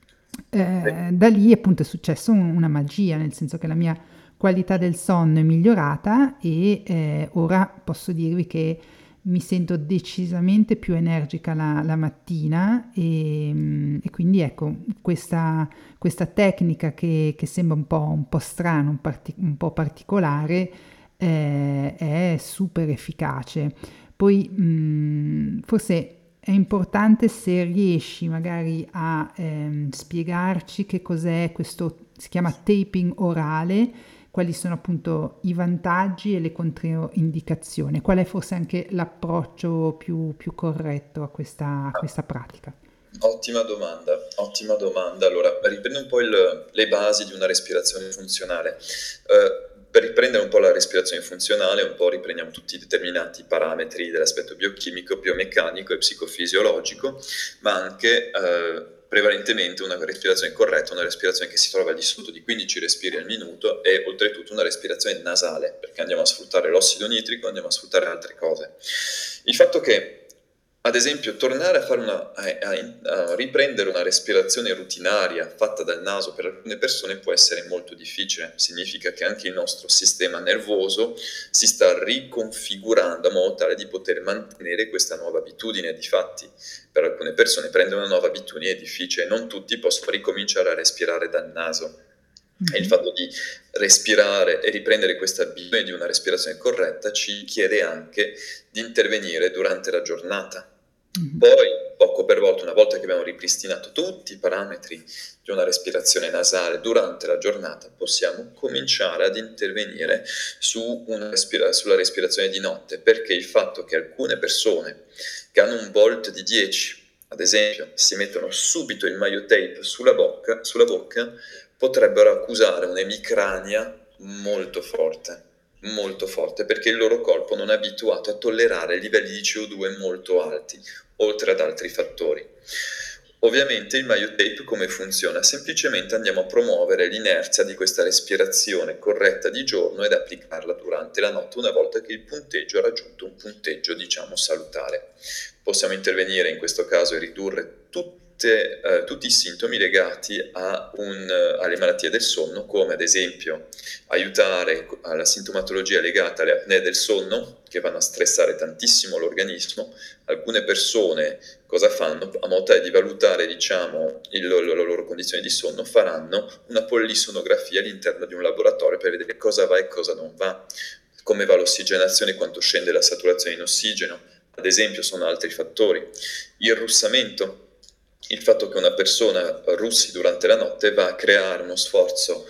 Eh, da lì appunto è successo un- una magia, nel senso che la mia qualità del sonno è migliorata e eh, ora posso dirvi che mi sento decisamente più energica la, la mattina e, mm, e quindi ecco questa, questa tecnica che, che sembra un po', un po' strana, un, parti- un po' particolare, eh, è super efficace. Poi mh, forse è importante se riesci magari a ehm, spiegarci che cos'è questo, si chiama taping orale, quali sono appunto i vantaggi e le controindicazioni, qual è forse anche l'approccio più, più corretto a questa, a questa pratica. Ottima domanda, ottima domanda. Allora, riprendo un po' il- le basi di una respirazione funzionale. Eh, per riprendere un po' la respirazione funzionale, un po' riprendiamo tutti i determinati parametri dell'aspetto biochimico, biomeccanico e psicofisiologico, ma anche eh, prevalentemente una respirazione corretta, una respirazione che si trova al di sotto di quindici respiri al minuto, e oltretutto una respirazione nasale, perché andiamo a sfruttare l'ossido nitrico, andiamo a sfruttare altre cose. Il fatto che, ad esempio, tornare a fare una, a, a- a riprendere una respirazione rutinaria fatta dal naso per alcune persone può essere molto difficile. Significa che anche il nostro sistema nervoso si sta riconfigurando a modo tale di poter mantenere questa nuova abitudine. Difatti, per alcune persone prendere una nuova abitudine è difficile, non tutti possono ricominciare a respirare dal naso. E il Mhm, fatto di respirare e riprendere questa abitudine di una respirazione corretta ci chiede anche di intervenire durante la giornata. mhm, Poi, poco per volta, una volta che abbiamo ripristinato tutti i parametri di una respirazione nasale durante la giornata, possiamo cominciare ad intervenire su una respira- sulla respirazione di notte, perché il fatto che alcune persone che hanno un volt di dieci, ad esempio, si mettono subito il maglio tape sulla bocca, sulla bocca, potrebbero accusare un'emicrania molto forte, molto forte, perché il loro corpo non è abituato a tollerare livelli di C O due molto alti, oltre ad altri fattori. Ovviamente il maglio tape come funziona? Semplicemente andiamo a promuovere l'inerzia di questa respirazione corretta di giorno ed applicarla durante la notte una volta che il punteggio ha raggiunto un punteggio, diciamo, salutare. Possiamo intervenire in questo caso e ridurre tutte, eh, tutti i sintomi legati a un, eh, alle malattie del sonno, come ad esempio aiutare alla sintomatologia legata alle apnee del sonno, che vanno a stressare tantissimo l'organismo. Alcune persone cosa fanno? A modo tale di valutare, diciamo, il, la loro condizione di sonno, faranno una polisonografia all'interno di un laboratorio per vedere cosa va e cosa non va, come va l'ossigenazione, quanto scende la saturazione in ossigeno. Ad esempio, sono altri fattori. Il russamento. Il fatto che una persona russi durante la notte va a creare uno sforzo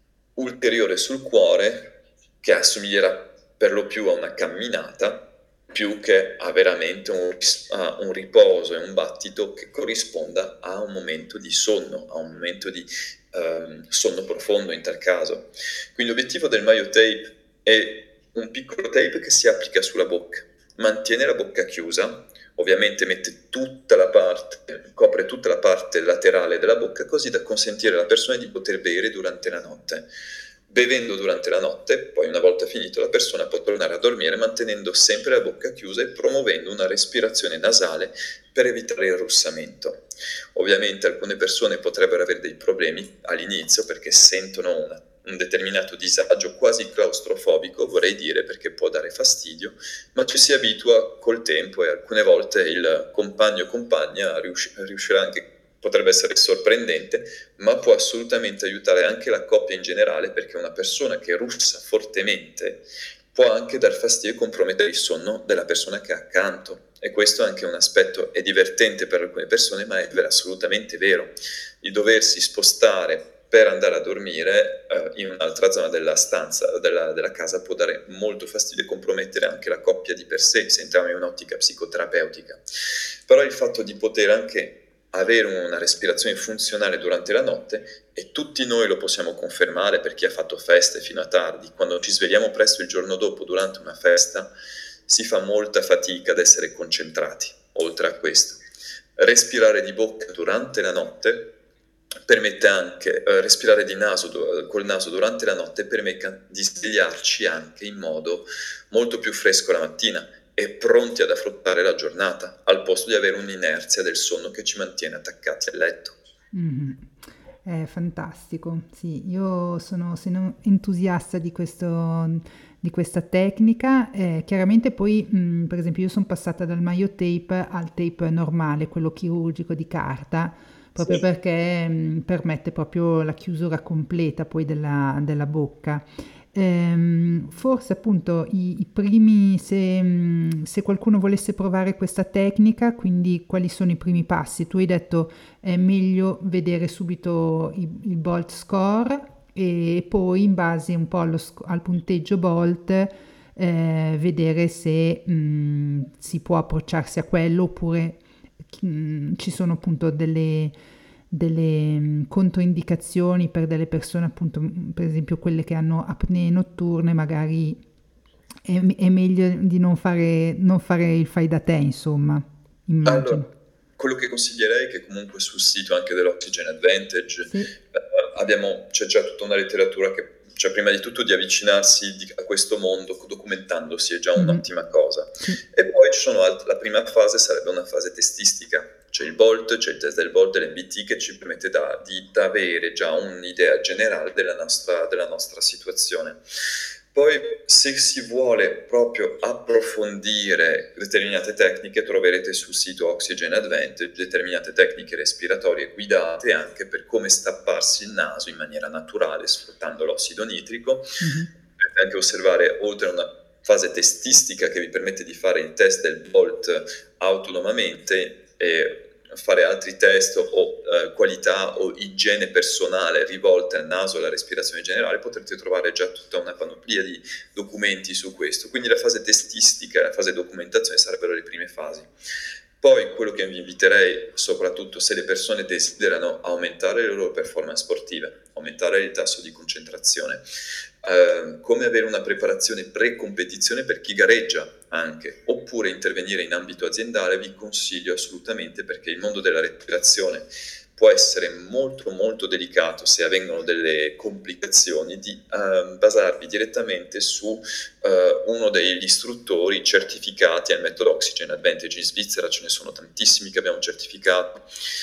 ulteriore sul cuore, che assomiglierà per lo più a una camminata, più che a veramente un, ris- a un riposo e un battito che corrisponda a un momento di sonno, a un momento di ehm, sonno profondo in tal caso. Quindi l'obiettivo del MyoTape è un piccolo tape che si applica sulla bocca, mantiene la bocca chiusa, ovviamente mette tutta la parte, copre tutta la parte laterale della bocca così da consentire alla persona di poter bere durante la notte. Bevendo durante la notte, poi una volta finito la persona può tornare a dormire mantenendo sempre la bocca chiusa e promuovendo una respirazione nasale per evitare il russamento. Ovviamente alcune persone potrebbero avere dei problemi all'inizio perché sentono una, un determinato disagio quasi claustrofobico, vorrei dire, perché può dare fastidio, ma ci si abitua col tempo e alcune volte il compagno o compagna riusci- riuscirà anche, potrebbe essere sorprendente, ma può assolutamente aiutare anche la coppia in generale, perché una persona che russa fortemente può anche dar fastidio e compromettere il sonno della persona che ha accanto. E questo è anche un aspetto, è divertente per alcune persone, ma è assolutamente vero. Il doversi spostare per andare a dormire eh, in un'altra zona della stanza, della, della casa, può dare molto fastidio e compromettere anche la coppia di per sé, se entriamo in un'ottica psicoterapeutica. Però il fatto di poter anche avere una respirazione funzionale durante la notte, e tutti noi lo possiamo confermare per chi ha fatto feste fino a tardi, quando ci svegliamo presto il giorno dopo durante una festa si fa molta fatica ad essere concentrati. Oltre a questo, respirare di bocca durante la notte permette anche, eh, respirare di naso, col naso durante la notte permette di svegliarci anche in modo molto più fresco la mattina e pronti ad affrontare la giornata, al posto di avere un'inerzia del sonno che ci mantiene attaccati al letto. Mhm. È fantastico, sì, io sono, sono entusiasta di questo, di questa tecnica. Eh, chiaramente poi, mh, per esempio, io sono passata dal MyoTape al tape normale, quello chirurgico di carta, proprio Sì. perché mh, permette proprio la chiusura completa poi della, della bocca. Ehm, forse appunto i, i primi, se, mh, se qualcuno volesse provare questa tecnica, quindi quali sono i primi passi? Tu hai detto è meglio vedere subito i- il Bolt score e poi in base un po' allo sc- al punteggio Bolt eh, vedere se mh, si può approcciarsi a quello oppure mh, ci sono appunto delle, delle mh, controindicazioni per delle persone appunto mh, per esempio quelle che hanno apnee notturne magari è, è meglio di non fare, non fare il fai da te insomma Allora, immagino. quello che consiglierei è che comunque sul sito anche dell'Oxygen Advantage Sì. eh, abbiamo, c'è già tutta una letteratura che, cioè prima di tutto di avvicinarsi di- a questo mondo documentandosi è già Mhm. un'ottima cosa. Sì. E poi ci sono alt- la prima fase sarebbe una fase testistica, c'è il Bolt, c'è il test del Bolt e l'M B T che ci permette da, di da avere già un'idea generale della nostra, della nostra situazione. Poi, se si vuole proprio approfondire determinate tecniche, troverete sul sito Oxygen Advantage determinate tecniche respiratorie guidate anche per come stapparsi il naso in maniera naturale, sfruttando l'ossido nitrico. Mhm. Potete anche osservare, oltre a una fase testistica che vi permette di fare il test del Bolt autonomamente, e fare altri test o eh, qualità o igiene personale rivolte al naso e alla respirazione generale, potrete trovare già tutta una panoplia di documenti su questo. Quindi la fase testistica e la fase documentazione sarebbero le prime fasi. Poi quello che vi inviterei, soprattutto se le persone desiderano aumentare le loro performance sportive, aumentare il tasso di concentrazione, eh, come avere una preparazione pre-competizione per chi gareggia anche, oppure intervenire in ambito aziendale, vi consiglio assolutamente, perché il mondo della respirazione può essere molto molto delicato se avvengono delle complicazioni, di eh, basarvi direttamente su eh, uno degli istruttori certificati al metodo Oxygen Advantage. In Svizzera ce ne sono tantissimi che abbiamo certificato.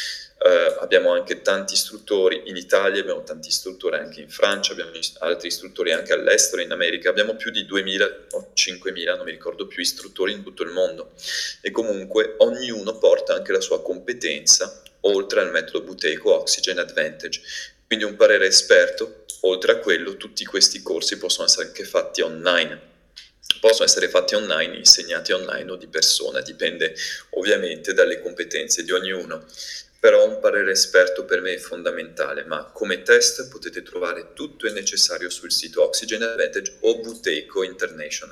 Uh, abbiamo anche tanti istruttori in Italia, abbiamo tanti istruttori anche in Francia, abbiamo altri istruttori anche all'estero, in America, abbiamo più di duemila o cinquemila, non mi ricordo più, istruttori in tutto il mondo, e comunque ognuno porta anche la sua competenza oltre al metodo Buteyko Oxygen Advantage. Quindi un parere esperto, oltre a quello tutti questi corsi possono essere anche fatti online. Possono essere fatti online, insegnati online o di persona, dipende ovviamente dalle competenze di ognuno. Però un parere esperto per me è fondamentale, ma come test potete trovare tutto il necessario sul sito Oxygen Advantage o Buteyko International.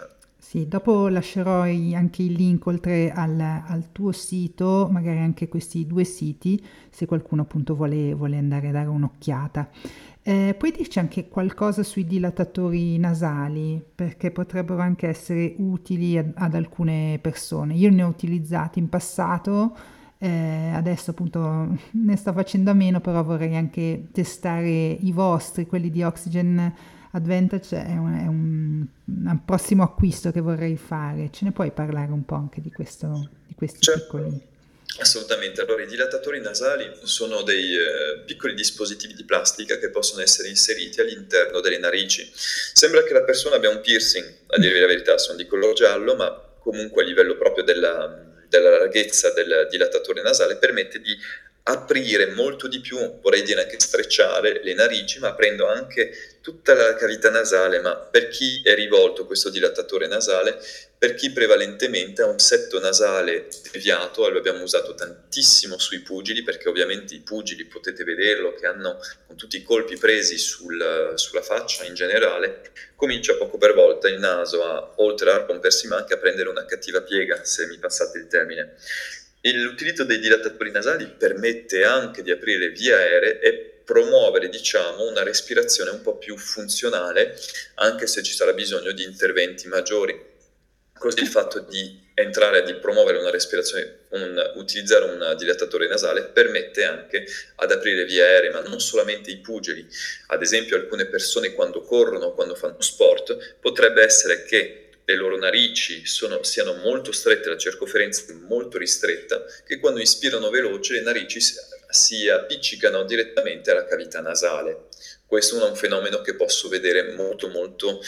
Sì, dopo lascerò i- anche il link oltre al, al tuo sito, magari anche questi due siti, se qualcuno appunto vuole, vuole andare a dare un'occhiata. Eh, puoi dirci anche qualcosa sui dilatatori nasali, perché potrebbero anche essere utili ad, ad alcune persone. Io ne ho utilizzati in passato, eh, adesso appunto ne sto facendo a meno, però vorrei anche testare i vostri, quelli di Oxygen Advantage è un, è un- un prossimo acquisto che vorrei fare. Ce ne puoi parlare un po' anche di questo, di questi Certo, piccoli? assolutamente. Allora, i dilatatori nasali sono dei eh, piccoli dispositivi di plastica che possono essere inseriti all'interno delle narici. Sembra che la persona abbia un piercing, a dirvi la verità, sono di color giallo, ma comunque a livello proprio della, della larghezza del dilatatore nasale permette di aprire molto di più, vorrei dire anche strecciare le narici, ma aprendo anche tutta la cavità nasale. Ma per chi è rivolto questo dilatatore nasale? Per chi prevalentemente ha un setto nasale deviato, lo abbiamo usato tantissimo sui pugili, perché ovviamente i pugili, potete vederlo, che hanno con tutti i colpi presi sul- sulla faccia in generale, comincia poco per volta il naso a, oltre a rompersi, ma anche a prendere una cattiva piega, se mi passate il termine. E l'utilizzo dei dilatatori nasali permette anche di aprire vie aeree e promuovere, diciamo, una respirazione un po' più funzionale, anche se ci sarà bisogno di interventi maggiori. Così il fatto di entrare e di promuovere una respirazione, un, utilizzare un dilatatore nasale permette anche ad aprire vie aeree, ma non solamente i pugili. Ad esempio, alcune persone quando corrono, quando fanno sport, potrebbe essere che le loro narici sono, siano molto strette, la circoferenza è molto ristretta, che quando ispirano veloce le narici si, si appiccicano direttamente alla cavità nasale. Questo è un fenomeno che posso vedere molto molto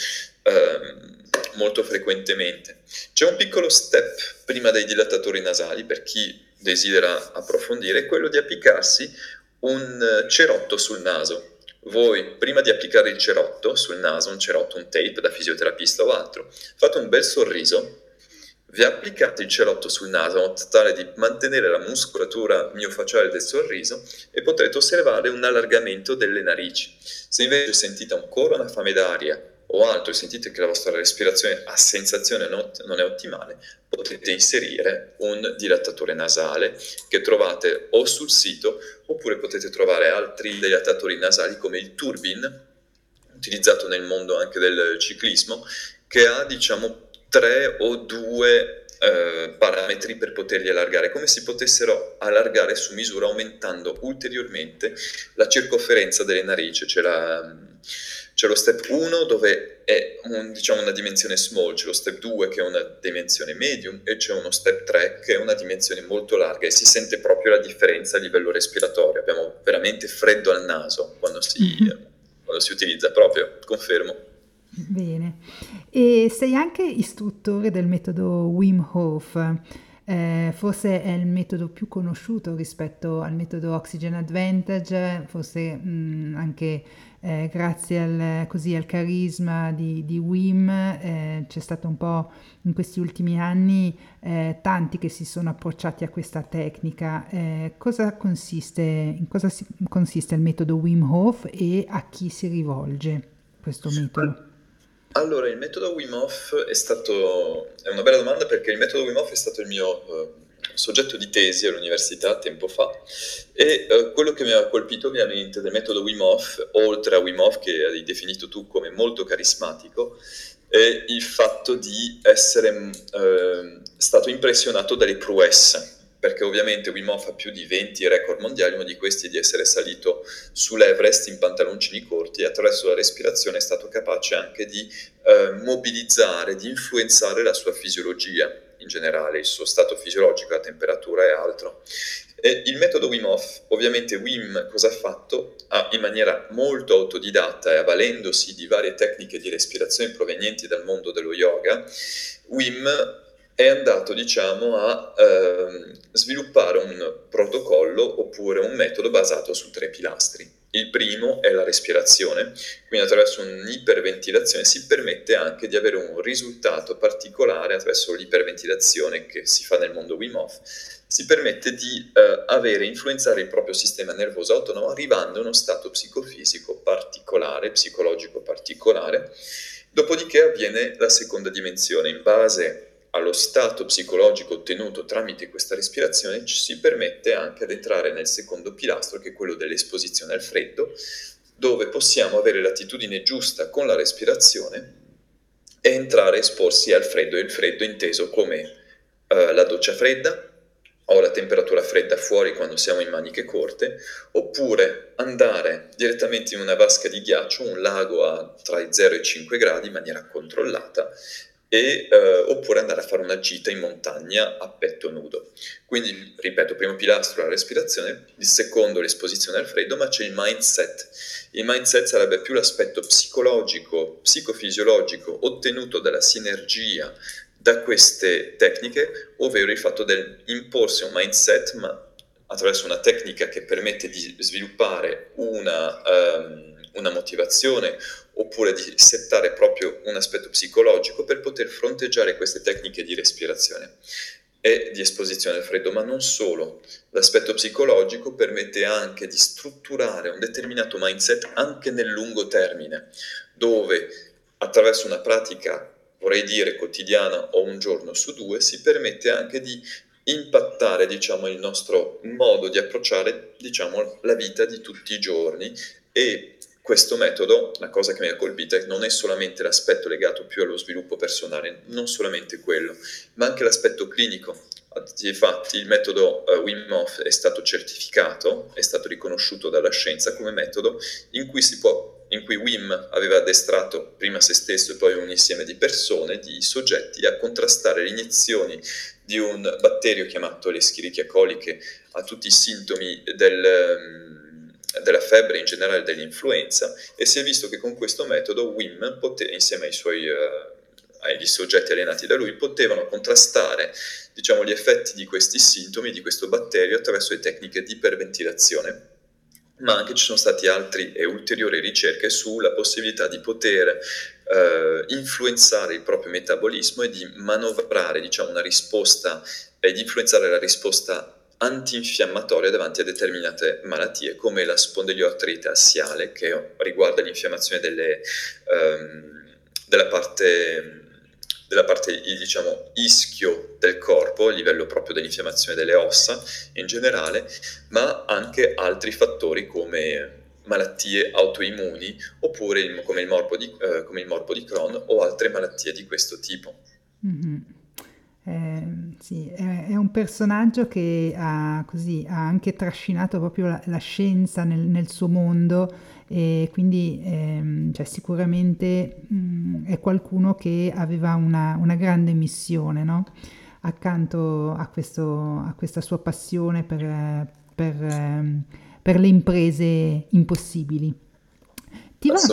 ehm, molto frequentemente. C'è un piccolo step prima dei dilatatori nasali per chi desidera approfondire, quello di applicarsi un cerotto sul naso. Voi, prima di applicare il cerotto sul naso, un cerotto, un tape da fisioterapista o altro, fate un bel sorriso, vi applicate il cerotto sul naso in modo tale di mantenere la muscolatura miofacciale del sorriso e potrete osservare un allargamento delle narici. Se invece sentite ancora una fame d'aria o altro e sentite che la vostra respirazione a sensazione non è ottimale, potete inserire un dilatatore nasale che trovate o sul sito, oppure potete trovare altri dilatatori nasali come il Turbin, utilizzato nel mondo anche del ciclismo, che ha, diciamo, tre o due eh, parametri per poterli allargare, come se potessero allargare su misura aumentando ulteriormente la circonferenza delle narici. C'è, la, c'è lo step uno dove è un, diciamo, una dimensione small, c'è lo step due che è una dimensione medium e c'è uno step tre che è una dimensione molto larga, e si sente proprio la differenza a livello respiratorio. Abbiamo veramente freddo al naso quando si, Mhm. quando si utilizza, proprio, confermo. Bene. E sei anche istruttore del metodo Wim Hof. Eh, forse è il metodo più conosciuto rispetto al metodo Oxygen Advantage, forse mh, anche eh, grazie al, così, al carisma di, di Wim, eh, c'è stato un po' in questi ultimi anni eh, tanti che si sono approcciati a questa tecnica. Eh, cosa consiste, in cosa si- consiste il metodo Wim Hof e a chi si rivolge questo metodo? Allora, il metodo Wim Hof è stato, è una bella domanda, perché il metodo Wim Hof è stato il mio eh, soggetto di tesi all'università tempo fa, e eh, quello che mi ha colpito ovviamente del metodo Wim Hof, oltre a Wim Hof che hai definito tu come molto carismatico, è il fatto di essere eh, stato impressionato dalle prouesse, perché ovviamente Wim Hof ha più di venti record mondiali, uno di questi è di essere salito sull'Everest in pantaloncini corti, e attraverso la respirazione è stato capace anche di eh, mobilizzare, di influenzare la sua fisiologia in generale, il suo stato fisiologico, la temperatura e altro. E il metodo Wim Hof, ovviamente Wim cosa ha fatto? Ha, in maniera molto autodidatta e avvalendosi di varie tecniche di respirazione provenienti dal mondo dello yoga, Wim è andato, diciamo, a ehm, sviluppare un protocollo oppure un metodo basato su tre pilastri. Il primo è la respirazione, quindi attraverso un'iperventilazione si permette anche di avere un risultato particolare attraverso l'iperventilazione che si fa nel mondo Wim Hof. Si permette di eh, avere, influenzare il proprio sistema nervoso autonomo, arrivando a uno stato psicofisico particolare, psicologico particolare, Dopodiché avviene la seconda dimensione. In base allo stato psicologico ottenuto tramite questa respirazione ci si permette anche ad entrare nel secondo pilastro, che è quello dell'esposizione al freddo, dove possiamo avere l'attitudine giusta con la respirazione e entrare a esporsi al freddo, e il freddo inteso come eh, la doccia fredda o la temperatura fredda fuori quando siamo in maniche corte, oppure andare direttamente in una vasca di ghiaccio, un lago a tra i zero e i cinque gradi in maniera controllata, e, eh, oppure andare a fare una gita in montagna a petto nudo. Quindi, ripeto, primo pilastro la respirazione, il secondo l'esposizione al freddo, ma c'è il mindset. Il mindset sarebbe più l'aspetto psicologico, psicofisiologico ottenuto dalla sinergia da queste tecniche, ovvero il fatto di imporsi un mindset, ma attraverso una tecnica che permette di sviluppare una, um, una motivazione, oppure di settare proprio un aspetto psicologico per poter fronteggiare queste tecniche di respirazione e di esposizione al freddo. Ma non solo, l'aspetto psicologico permette anche di strutturare un determinato mindset anche nel lungo termine, dove attraverso una pratica, vorrei dire quotidiana o un giorno su due, si permette anche di impattare, diciamo, il nostro modo di approcciare, diciamo, la vita di tutti i giorni. E questo metodo, la cosa che mi ha colpito, è che non è solamente l'aspetto legato più allo sviluppo personale, non solamente quello, ma anche l'aspetto clinico. Infatti il metodo uh, Wim Hof è stato certificato, è stato riconosciuto dalla scienza come metodo in cui si può in cui Wim aveva addestrato prima se stesso e poi un insieme di persone, di soggetti, a contrastare le iniezioni di un batterio chiamato le Escherichia coli, che ha tutti i sintomi del, della febbre, in generale dell'influenza, e si è visto che con questo metodo Wim, pote, insieme ai suoi uh, agli soggetti allenati da lui, potevano contrastare, diciamo, gli effetti di questi sintomi, di questo batterio, attraverso le tecniche di iperventilazione. Ma anche ci sono stati altri e ulteriori ricerche sulla possibilità di poter eh, influenzare il proprio metabolismo e di manovrare, diciamo, una risposta e di influenzare la risposta antinfiammatoria davanti a determinate malattie, come la spondylioartrite assiale, che riguarda l'infiammazione delle, ehm, della parte della parte, diciamo, ischio del corpo, a livello proprio dell'infiammazione delle ossa in generale, ma anche altri fattori come malattie autoimmuni, oppure il, come, il morbo di, eh, come il morbo di Crohn o altre malattie di questo tipo. Mm-hmm. Eh, sì, è, è un personaggio che ha, così, ha anche trascinato proprio la, la scienza nel, nel suo mondo, e quindi ehm, cioè, sicuramente mh, è qualcuno che aveva una, una grande missione, no? Accanto a, questo, a questa sua passione per, eh, per, ehm, per le imprese impossibili. Ti va?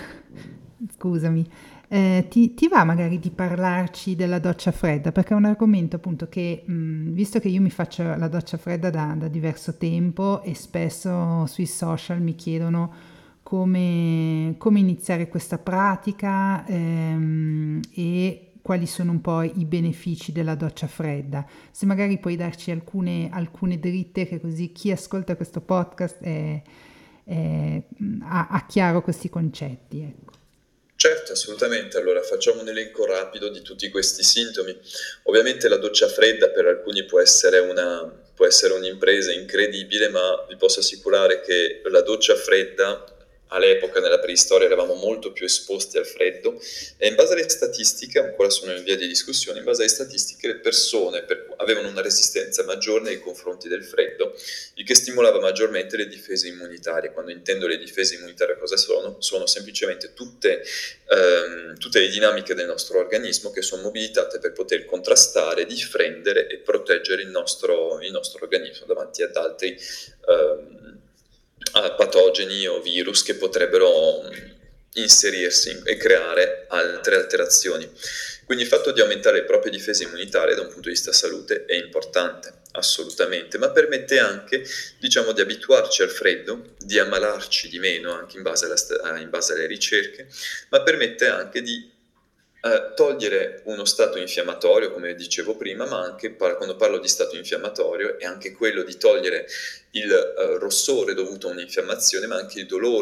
Scusami. Eh, ti, ti va magari di parlarci della doccia fredda? Perché è un argomento appunto che, mh, visto che io mi faccio la doccia fredda da, da diverso tempo e spesso sui social mi chiedono come, come iniziare questa pratica ehm, e quali sono un po' i benefici della doccia fredda. Se magari puoi darci alcune, alcune dritte, che così chi ascolta questo podcast è, è, ha, ha chiaro questi concetti, ecco. Certo, assolutamente. Allora facciamo un elenco rapido di tutti questi sintomi. Ovviamente la doccia fredda per alcuni può essere una, può essere un'impresa incredibile, ma vi posso assicurare che la doccia fredda, all'epoca, nella preistoria, eravamo molto più esposti al freddo, e in base alle statistiche, ancora sono in via di discussione, in base alle statistiche le persone per, avevano una resistenza maggiore nei confronti del freddo, il che stimolava maggiormente le difese immunitarie. Quando intendo le difese immunitarie cosa sono? Sono semplicemente tutte, ehm, tutte le dinamiche del nostro organismo che sono mobilitate per poter contrastare, difendere e proteggere il nostro, il nostro organismo davanti ad altri ehm, a patogeni o virus che potrebbero inserirsi e creare altre alterazioni. Quindi il fatto di aumentare le proprie difese immunitarie da un punto di vista salute è importante, assolutamente, ma permette anche, diciamo, di abituarci al freddo, di ammalarci di meno, anche in base, alla, in base alle ricerche, ma permette anche di eh, togliere uno stato infiammatorio, come dicevo prima, ma anche par- quando parlo di stato infiammatorio è anche quello di togliere il eh, rossore dovuto a un'infiammazione, ma anche il dolore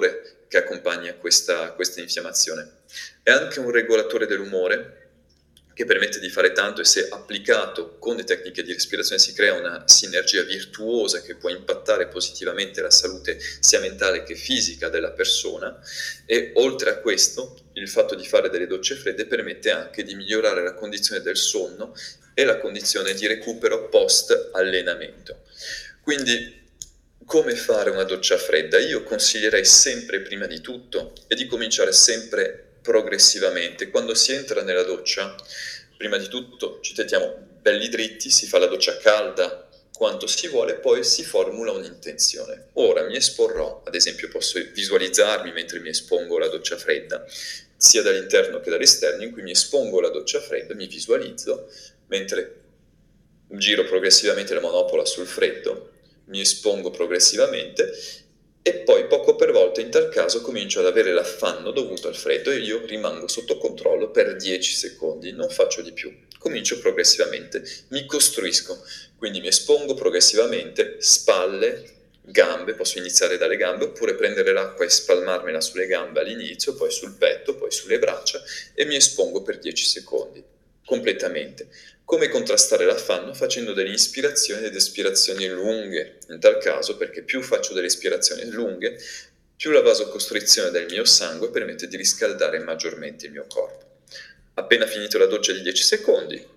che accompagna questa, questa infiammazione. È anche un regolatore dell'umore che permette di fare tanto, e se applicato con le tecniche di respirazione si crea una sinergia virtuosa che può impattare positivamente la salute sia mentale che fisica della persona. E oltre a questo, il fatto di fare delle docce fredde permette anche di migliorare la condizione del sonno e la condizione di recupero post allenamento. Quindi, come fare una doccia fredda? Io consiglierei sempre, prima di tutto, e di cominciare sempre progressivamente. Quando si entra nella doccia, prima di tutto ci teniamo belli dritti, si fa la doccia calda quanto si vuole, poi si formula un'intenzione. Ora mi esporrò, ad esempio posso visualizzarmi mentre mi espongo la doccia fredda, sia dall'interno che dall'esterno, in cui mi espongo la doccia fredda, mi visualizzo, mentre giro progressivamente la manopola sul freddo, mi espongo progressivamente e poi poco per volta in tal caso comincio ad avere l'affanno dovuto al freddo e io rimango sotto controllo per dieci secondi, non faccio di più, comincio progressivamente, mi costruisco, quindi mi espongo progressivamente, spalle, gambe, posso iniziare dalle gambe oppure prendere l'acqua e spalmarmela sulle gambe all'inizio, poi sul petto, poi sulle braccia e mi espongo per dieci secondi, completamente. Come contrastare l'affanno? Facendo delle ispirazioni ed espirazioni lunghe, in tal caso perché più faccio delle ispirazioni lunghe, più la vasocostrizione del mio sangue permette di riscaldare maggiormente il mio corpo. Appena finito la doccia di dieci secondi,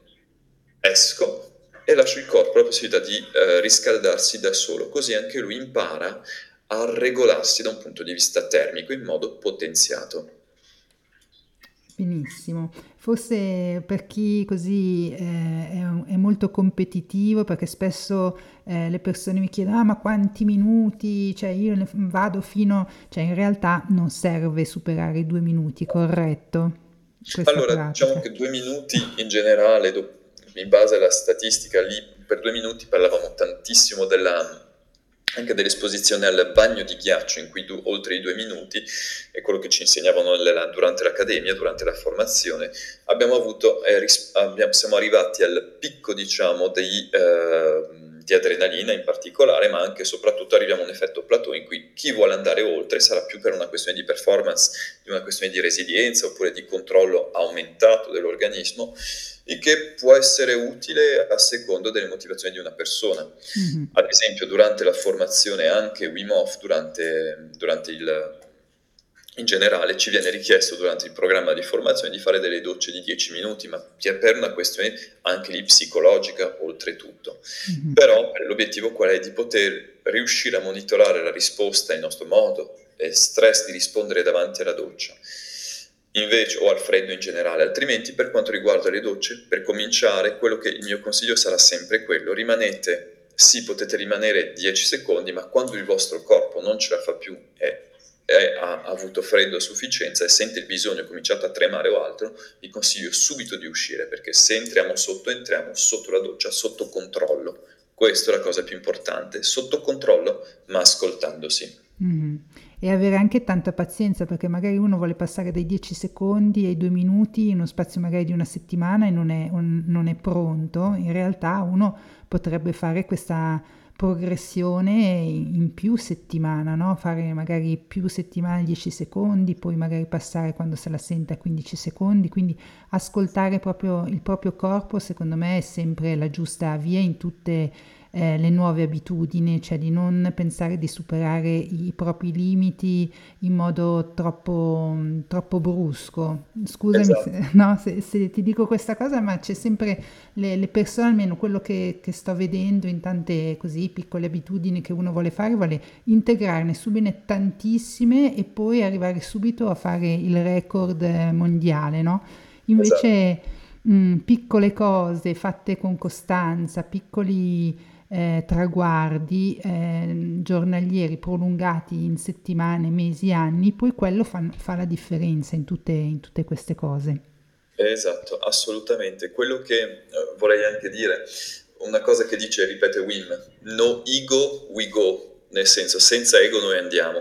esco e lascio il corpo la possibilità di eh, riscaldarsi da solo, così anche lui impara a regolarsi da un punto di vista termico in modo potenziato. Benissimo. Forse per chi così eh, è, è molto competitivo, perché spesso eh, le persone mi chiedono, ah, ma quanti minuti? Cioè io ne vado fino, cioè in realtà non serve superare i due minuti, corretto? Questa Allora, diciamo pratica. che due minuti in generale, do- in base alla statistica, lì per due minuti parlavamo tantissimo della, anche dell'esposizione al bagno di ghiaccio, in cui du- oltre i due minuti, è quello che ci insegnavano nella- durante l'accademia, durante la formazione, abbiamo avuto, eh, ris- abbiamo- siamo arrivati al picco, diciamo, dei, eh, di adrenalina in particolare, ma anche e soprattutto arriviamo a un effetto plateau in cui chi vuole andare oltre sarà più per una questione di performance, di una questione di resilienza oppure di controllo aumentato dell'organismo, il che può essere utile a secondo delle motivazioni di una persona. Mhm. Ad esempio, durante la formazione, anche Wim Hof, durante, durante il, in generale, ci viene richiesto durante il programma di formazione di fare delle docce di dieci minuti, ma per una questione anche lì psicologica, oltretutto. Mhm. Però l'obiettivo qual è? Di poter riuscire a monitorare la risposta in nostro modo, e stress di rispondere davanti alla doccia, invece, o al freddo in generale. Altrimenti, per quanto riguarda le docce, per cominciare, quello che il mio consiglio sarà sempre quello: rimanete, sì, potete rimanere dieci secondi, ma quando il vostro corpo non ce la fa più e e ha, ha avuto freddo a sufficienza e sente il bisogno, ha cominciato a tremare o altro, vi consiglio subito di uscire, perché se entriamo sotto, entriamo sotto la doccia, sotto controllo. Questa è la cosa più importante, sotto controllo, ma ascoltandosi. Mhm. E avere anche tanta pazienza, perché magari uno vuole passare dai dieci secondi ai due minuti in uno spazio magari di una settimana e non è, un- non è pronto. In realtà uno potrebbe fare questa progressione in in più settimana, no? Fare magari più settimane dieci secondi, poi magari passare quando se la sente a quindici secondi, quindi ascoltare proprio il proprio corpo, secondo me è sempre la giusta via in tutte eh, le nuove abitudini, cioè di non pensare di superare i propri limiti in modo troppo, mm, troppo brusco. Scusami se, Esatto. no, se, se ti dico questa cosa, ma c'è sempre le, le persone, almeno quello che, che sto vedendo in tante così piccole abitudini che uno vuole fare, vuole integrarne subito tantissime e poi arrivare subito a fare il record eh, mondiale, no? Esatto. Invece mh, piccole cose fatte con costanza, piccoli eh, traguardi eh, giornalieri prolungati in settimane, mesi, anni, poi quello fa, fa la differenza in tutte, in tutte queste cose. Esatto, assolutamente. Quello che eh, vorrei anche dire, una cosa che dice, ripete Wim, no ego, we go. nel senso senza ego noi andiamo.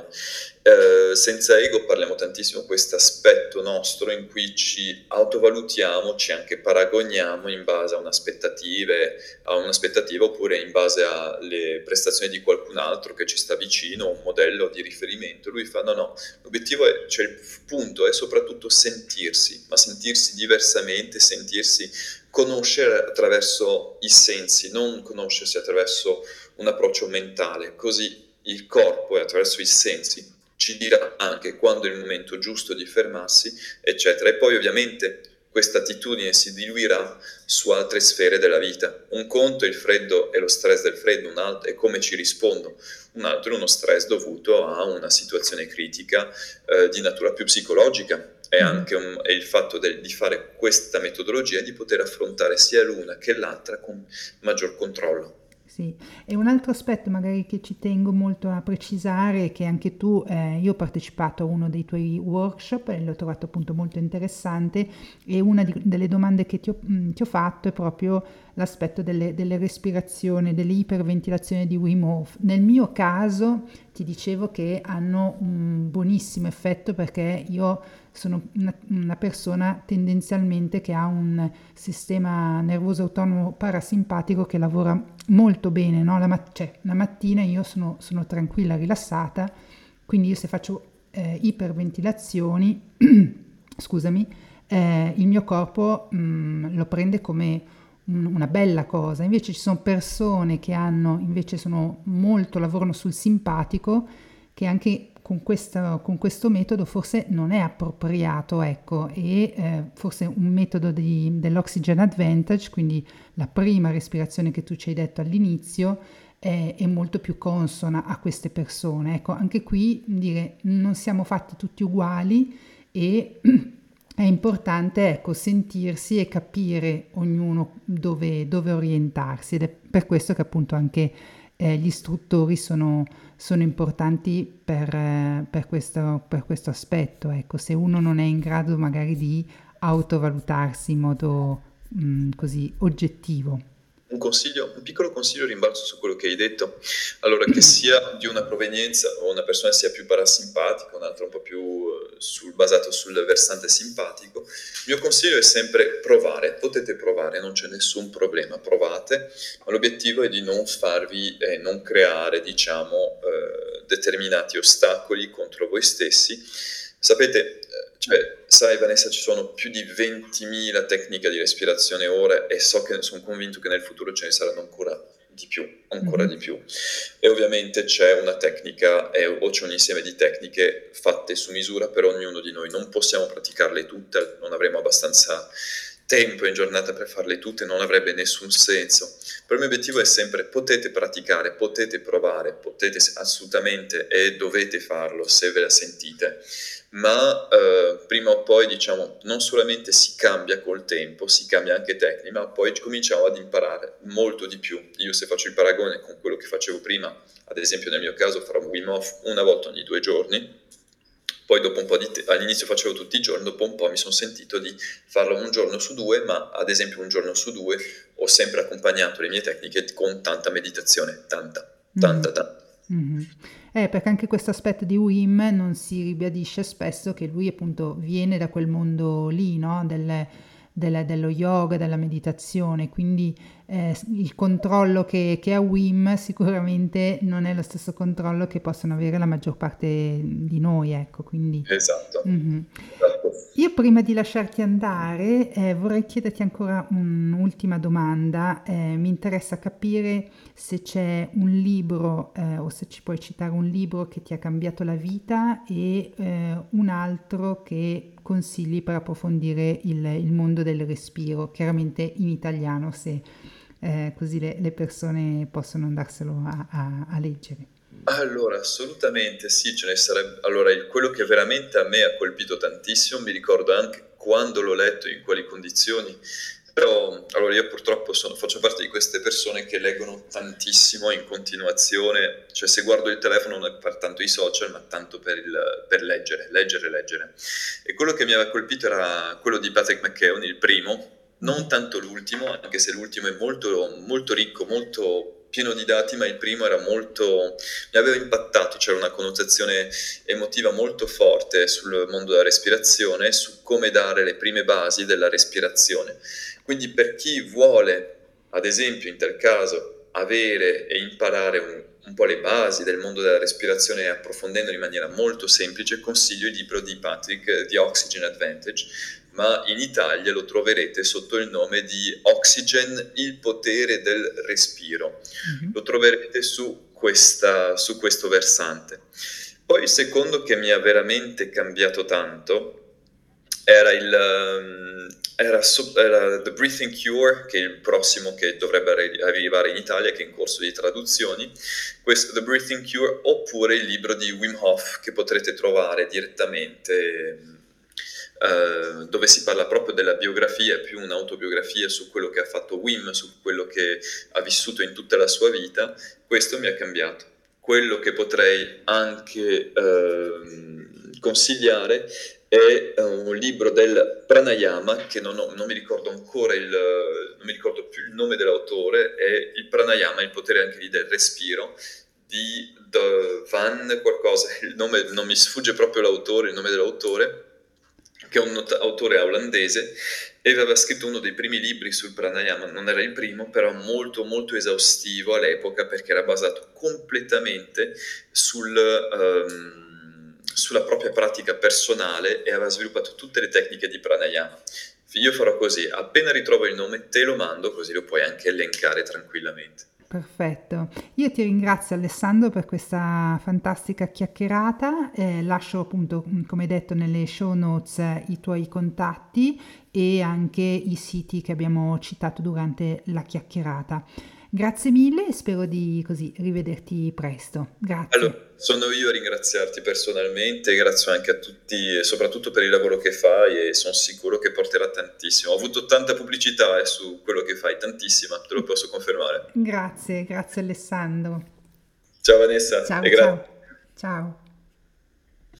Eh, senza ego parliamo tantissimo di questo aspetto nostro in cui ci autovalutiamo, ci anche paragoniamo in base a un'aspettative, a un'aspettativa oppure in base alle prestazioni di qualcun altro che ci sta vicino, un modello di riferimento. Lui fa no, no, l'obiettivo è, cioè il punto è soprattutto sentirsi, ma sentirsi diversamente, sentirsi conoscere attraverso i sensi, non conoscersi attraverso un approccio mentale, così il corpo e attraverso i sensi ci dirà anche quando è il momento giusto di fermarsi, eccetera. E poi ovviamente questa attitudine si diluirà su altre sfere della vita. Un conto è il freddo e lo stress del freddo, un altro è come ci rispondo, un altro è uno stress dovuto a una situazione critica eh, di natura più psicologica. È anche un, è il fatto del, di fare questa metodologia e di poter affrontare sia l'una che l'altra con maggior controllo. Sì, e un altro aspetto magari che ci tengo molto a precisare è che anche tu, eh, io ho partecipato a uno dei tuoi workshop e l'ho trovato appunto molto interessante e una di- delle domande che ti ho, mh, ti ho fatto è proprio l'aspetto delle, delle respirazioni, delle iperventilazioni di Wim Hof. Nel mio caso ti dicevo che hanno un buonissimo effetto perché io sono una, una persona tendenzialmente che ha un sistema nervoso autonomo parasimpatico che lavora molto bene, no? La, mat- cioè, la mattina io sono, sono tranquilla, rilassata, quindi io se faccio eh, iperventilazioni, scusami, eh, il mio corpo mh, lo prende come un- una bella cosa. Invece ci sono persone che hanno, invece sono molto, lavorano sul simpatico, che anche con questo, con questo metodo forse non è appropriato, ecco, e eh, forse un metodo di- dell'oxygen advantage, quindi la prima respirazione che tu ci hai detto all'inizio, è, è molto più consona a queste persone. Ecco, anche qui dire non siamo fatti tutti uguali e è importante, ecco, sentirsi e capire ognuno dove, dove orientarsi ed è per questo che appunto anche eh, gli istruttori sono, sono importanti per, eh, per questo, per questo aspetto. Ecco, se uno non è in grado magari di autovalutarsi in modo mh, così oggettivo. Un consiglio, un piccolo consiglio a rimbalzo su quello che hai detto. Allora, che sia di una provenienza o una persona sia più parasimpatica, un'altra un po' più eh, sul, basato sul versante simpatico, il mio consiglio è sempre provare. Potete provare, non c'è nessun problema, provate, ma l'obiettivo è di non farvi, eh, non creare, diciamo, eh, determinati ostacoli contro voi stessi. Sapete, eh, cioè, sai Vanessa, ci sono più di ventimila tecniche di respirazione ora e so che sono convinto che nel futuro ce ne saranno ancora di più, ancora Mhm. di più. E ovviamente c'è una tecnica eh, o c'è un insieme di tecniche fatte su misura per ognuno di noi. Non possiamo praticarle tutte, non avremo abbastanza tempo in giornata per farle tutte, non avrebbe nessun senso. Per il mio obiettivo è sempre potete praticare, potete provare, potete assolutamente e dovete farlo se ve la sentite, ma eh, prima o poi diciamo non solamente si cambia col tempo, si cambia anche tecnica, ma poi cominciamo ad imparare molto di più. Io se faccio il paragone con quello che facevo prima, ad esempio nel mio caso farò Wim Hof una volta ogni due giorni, poi dopo un po' di tempo, all'inizio facevo tutti i giorni, dopo un po' mi sono sentito di farlo un giorno su due, ma ad esempio un giorno su due ho sempre accompagnato le mie tecniche con tanta meditazione, tanta, Mhm. tanta, tanta. Mhm. Eh, perché anche questo aspetto di Wim non si ribadisce spesso che lui appunto viene da quel mondo lì, no? Del- del- dello yoga, della meditazione, quindi eh, il controllo che, che ha Wim sicuramente non è lo stesso controllo che possono avere la maggior parte di noi, ecco, quindi... Esatto, Mhm. esatto. Io prima di lasciarti andare eh, vorrei chiederti ancora un'ultima domanda. Eh, mi interessa capire se c'è un libro eh, o se ci puoi citare un libro che ti ha cambiato la vita e eh, un altro che consigli per approfondire il, il mondo del respiro, chiaramente in italiano, se eh, così le, le persone possono andarselo a, a- a leggere. Allora, assolutamente sì, ce ne sarebbe. Allora, il- quello che veramente a me ha colpito tantissimo, mi ricordo anche quando l'ho letto, in quali condizioni, però allora io purtroppo sono- faccio parte di queste persone che leggono tantissimo in continuazione, cioè se guardo il telefono non è per tanto i social, ma tanto per, il- per leggere, leggere, leggere. E quello che mi aveva colpito era quello di Patrick McKeown, il primo, non Mhm. tanto l'ultimo, anche se l'ultimo è molto, molto ricco, molto pieno di dati, ma il primo era molto, mi aveva impattato, c'era una connotazione emotiva molto forte sul mondo della respirazione, su come dare le prime basi della respirazione. Quindi per chi vuole, ad esempio in tal caso, avere e imparare un, un po' le basi del mondo della respirazione approfondendo in maniera molto semplice, consiglio il libro di Patrick, The Oxygen Advantage, ma in Italia lo troverete sotto il nome di Oxygen, il potere del respiro. Mhm. Lo troverete su, questa, su questo versante. Poi il secondo che mi ha veramente cambiato tanto era il um, era, so- era The Breathing Cure, che è il prossimo che dovrebbe arri- arrivare in Italia, che è in corso di traduzioni. Questo The Breathing Cure, oppure il libro di Wim Hof, che potrete trovare direttamente, eh, dove si parla proprio della biografia, è più un'autobiografia su quello che ha fatto Wim, su quello che ha vissuto in tutta la sua vita. Questo mi ha cambiato. Quello che potrei anche ehm, consigliare è eh, un libro del pranayama, che non, ho- non mi ricordo ancora il, non mi ricordo più il nome dell'autore, è il pranayama, il potere anche lì del respiro, di The Van qualcosa, il nome non mi sfugge proprio l'autore, il nome dell'autore, che è un not- autore olandese, e aveva scritto uno dei primi libri sul pranayama, non era il primo, però molto molto esaustivo all'epoca, perché era basato completamente sul, ehm, sulla propria pratica personale, e aveva sviluppato tutte le tecniche di pranayama. Io farò così, appena ritrovo il nome te lo mando, così lo puoi anche elencare tranquillamente. Perfetto. Io ti ringrazio Alessandro per questa fantastica chiacchierata. Eh, lascio appunto, mm, come detto, nelle show notes eh, i tuoi contatti e anche i siti che abbiamo citato durante la chiacchierata. Grazie mille e spero di così rivederti presto. Allora, Grazie. sono io a ringraziarti personalmente, grazie anche a tutti e soprattutto per il lavoro che fai, e sono sicuro che porterà tantissimo. Ho avuto tanta pubblicità eh, su quello che fai, tantissima, te lo posso confermare. Grazie, grazie Alessandro. Ciao Vanessa, Ciao e ciao. grazie. Ciao.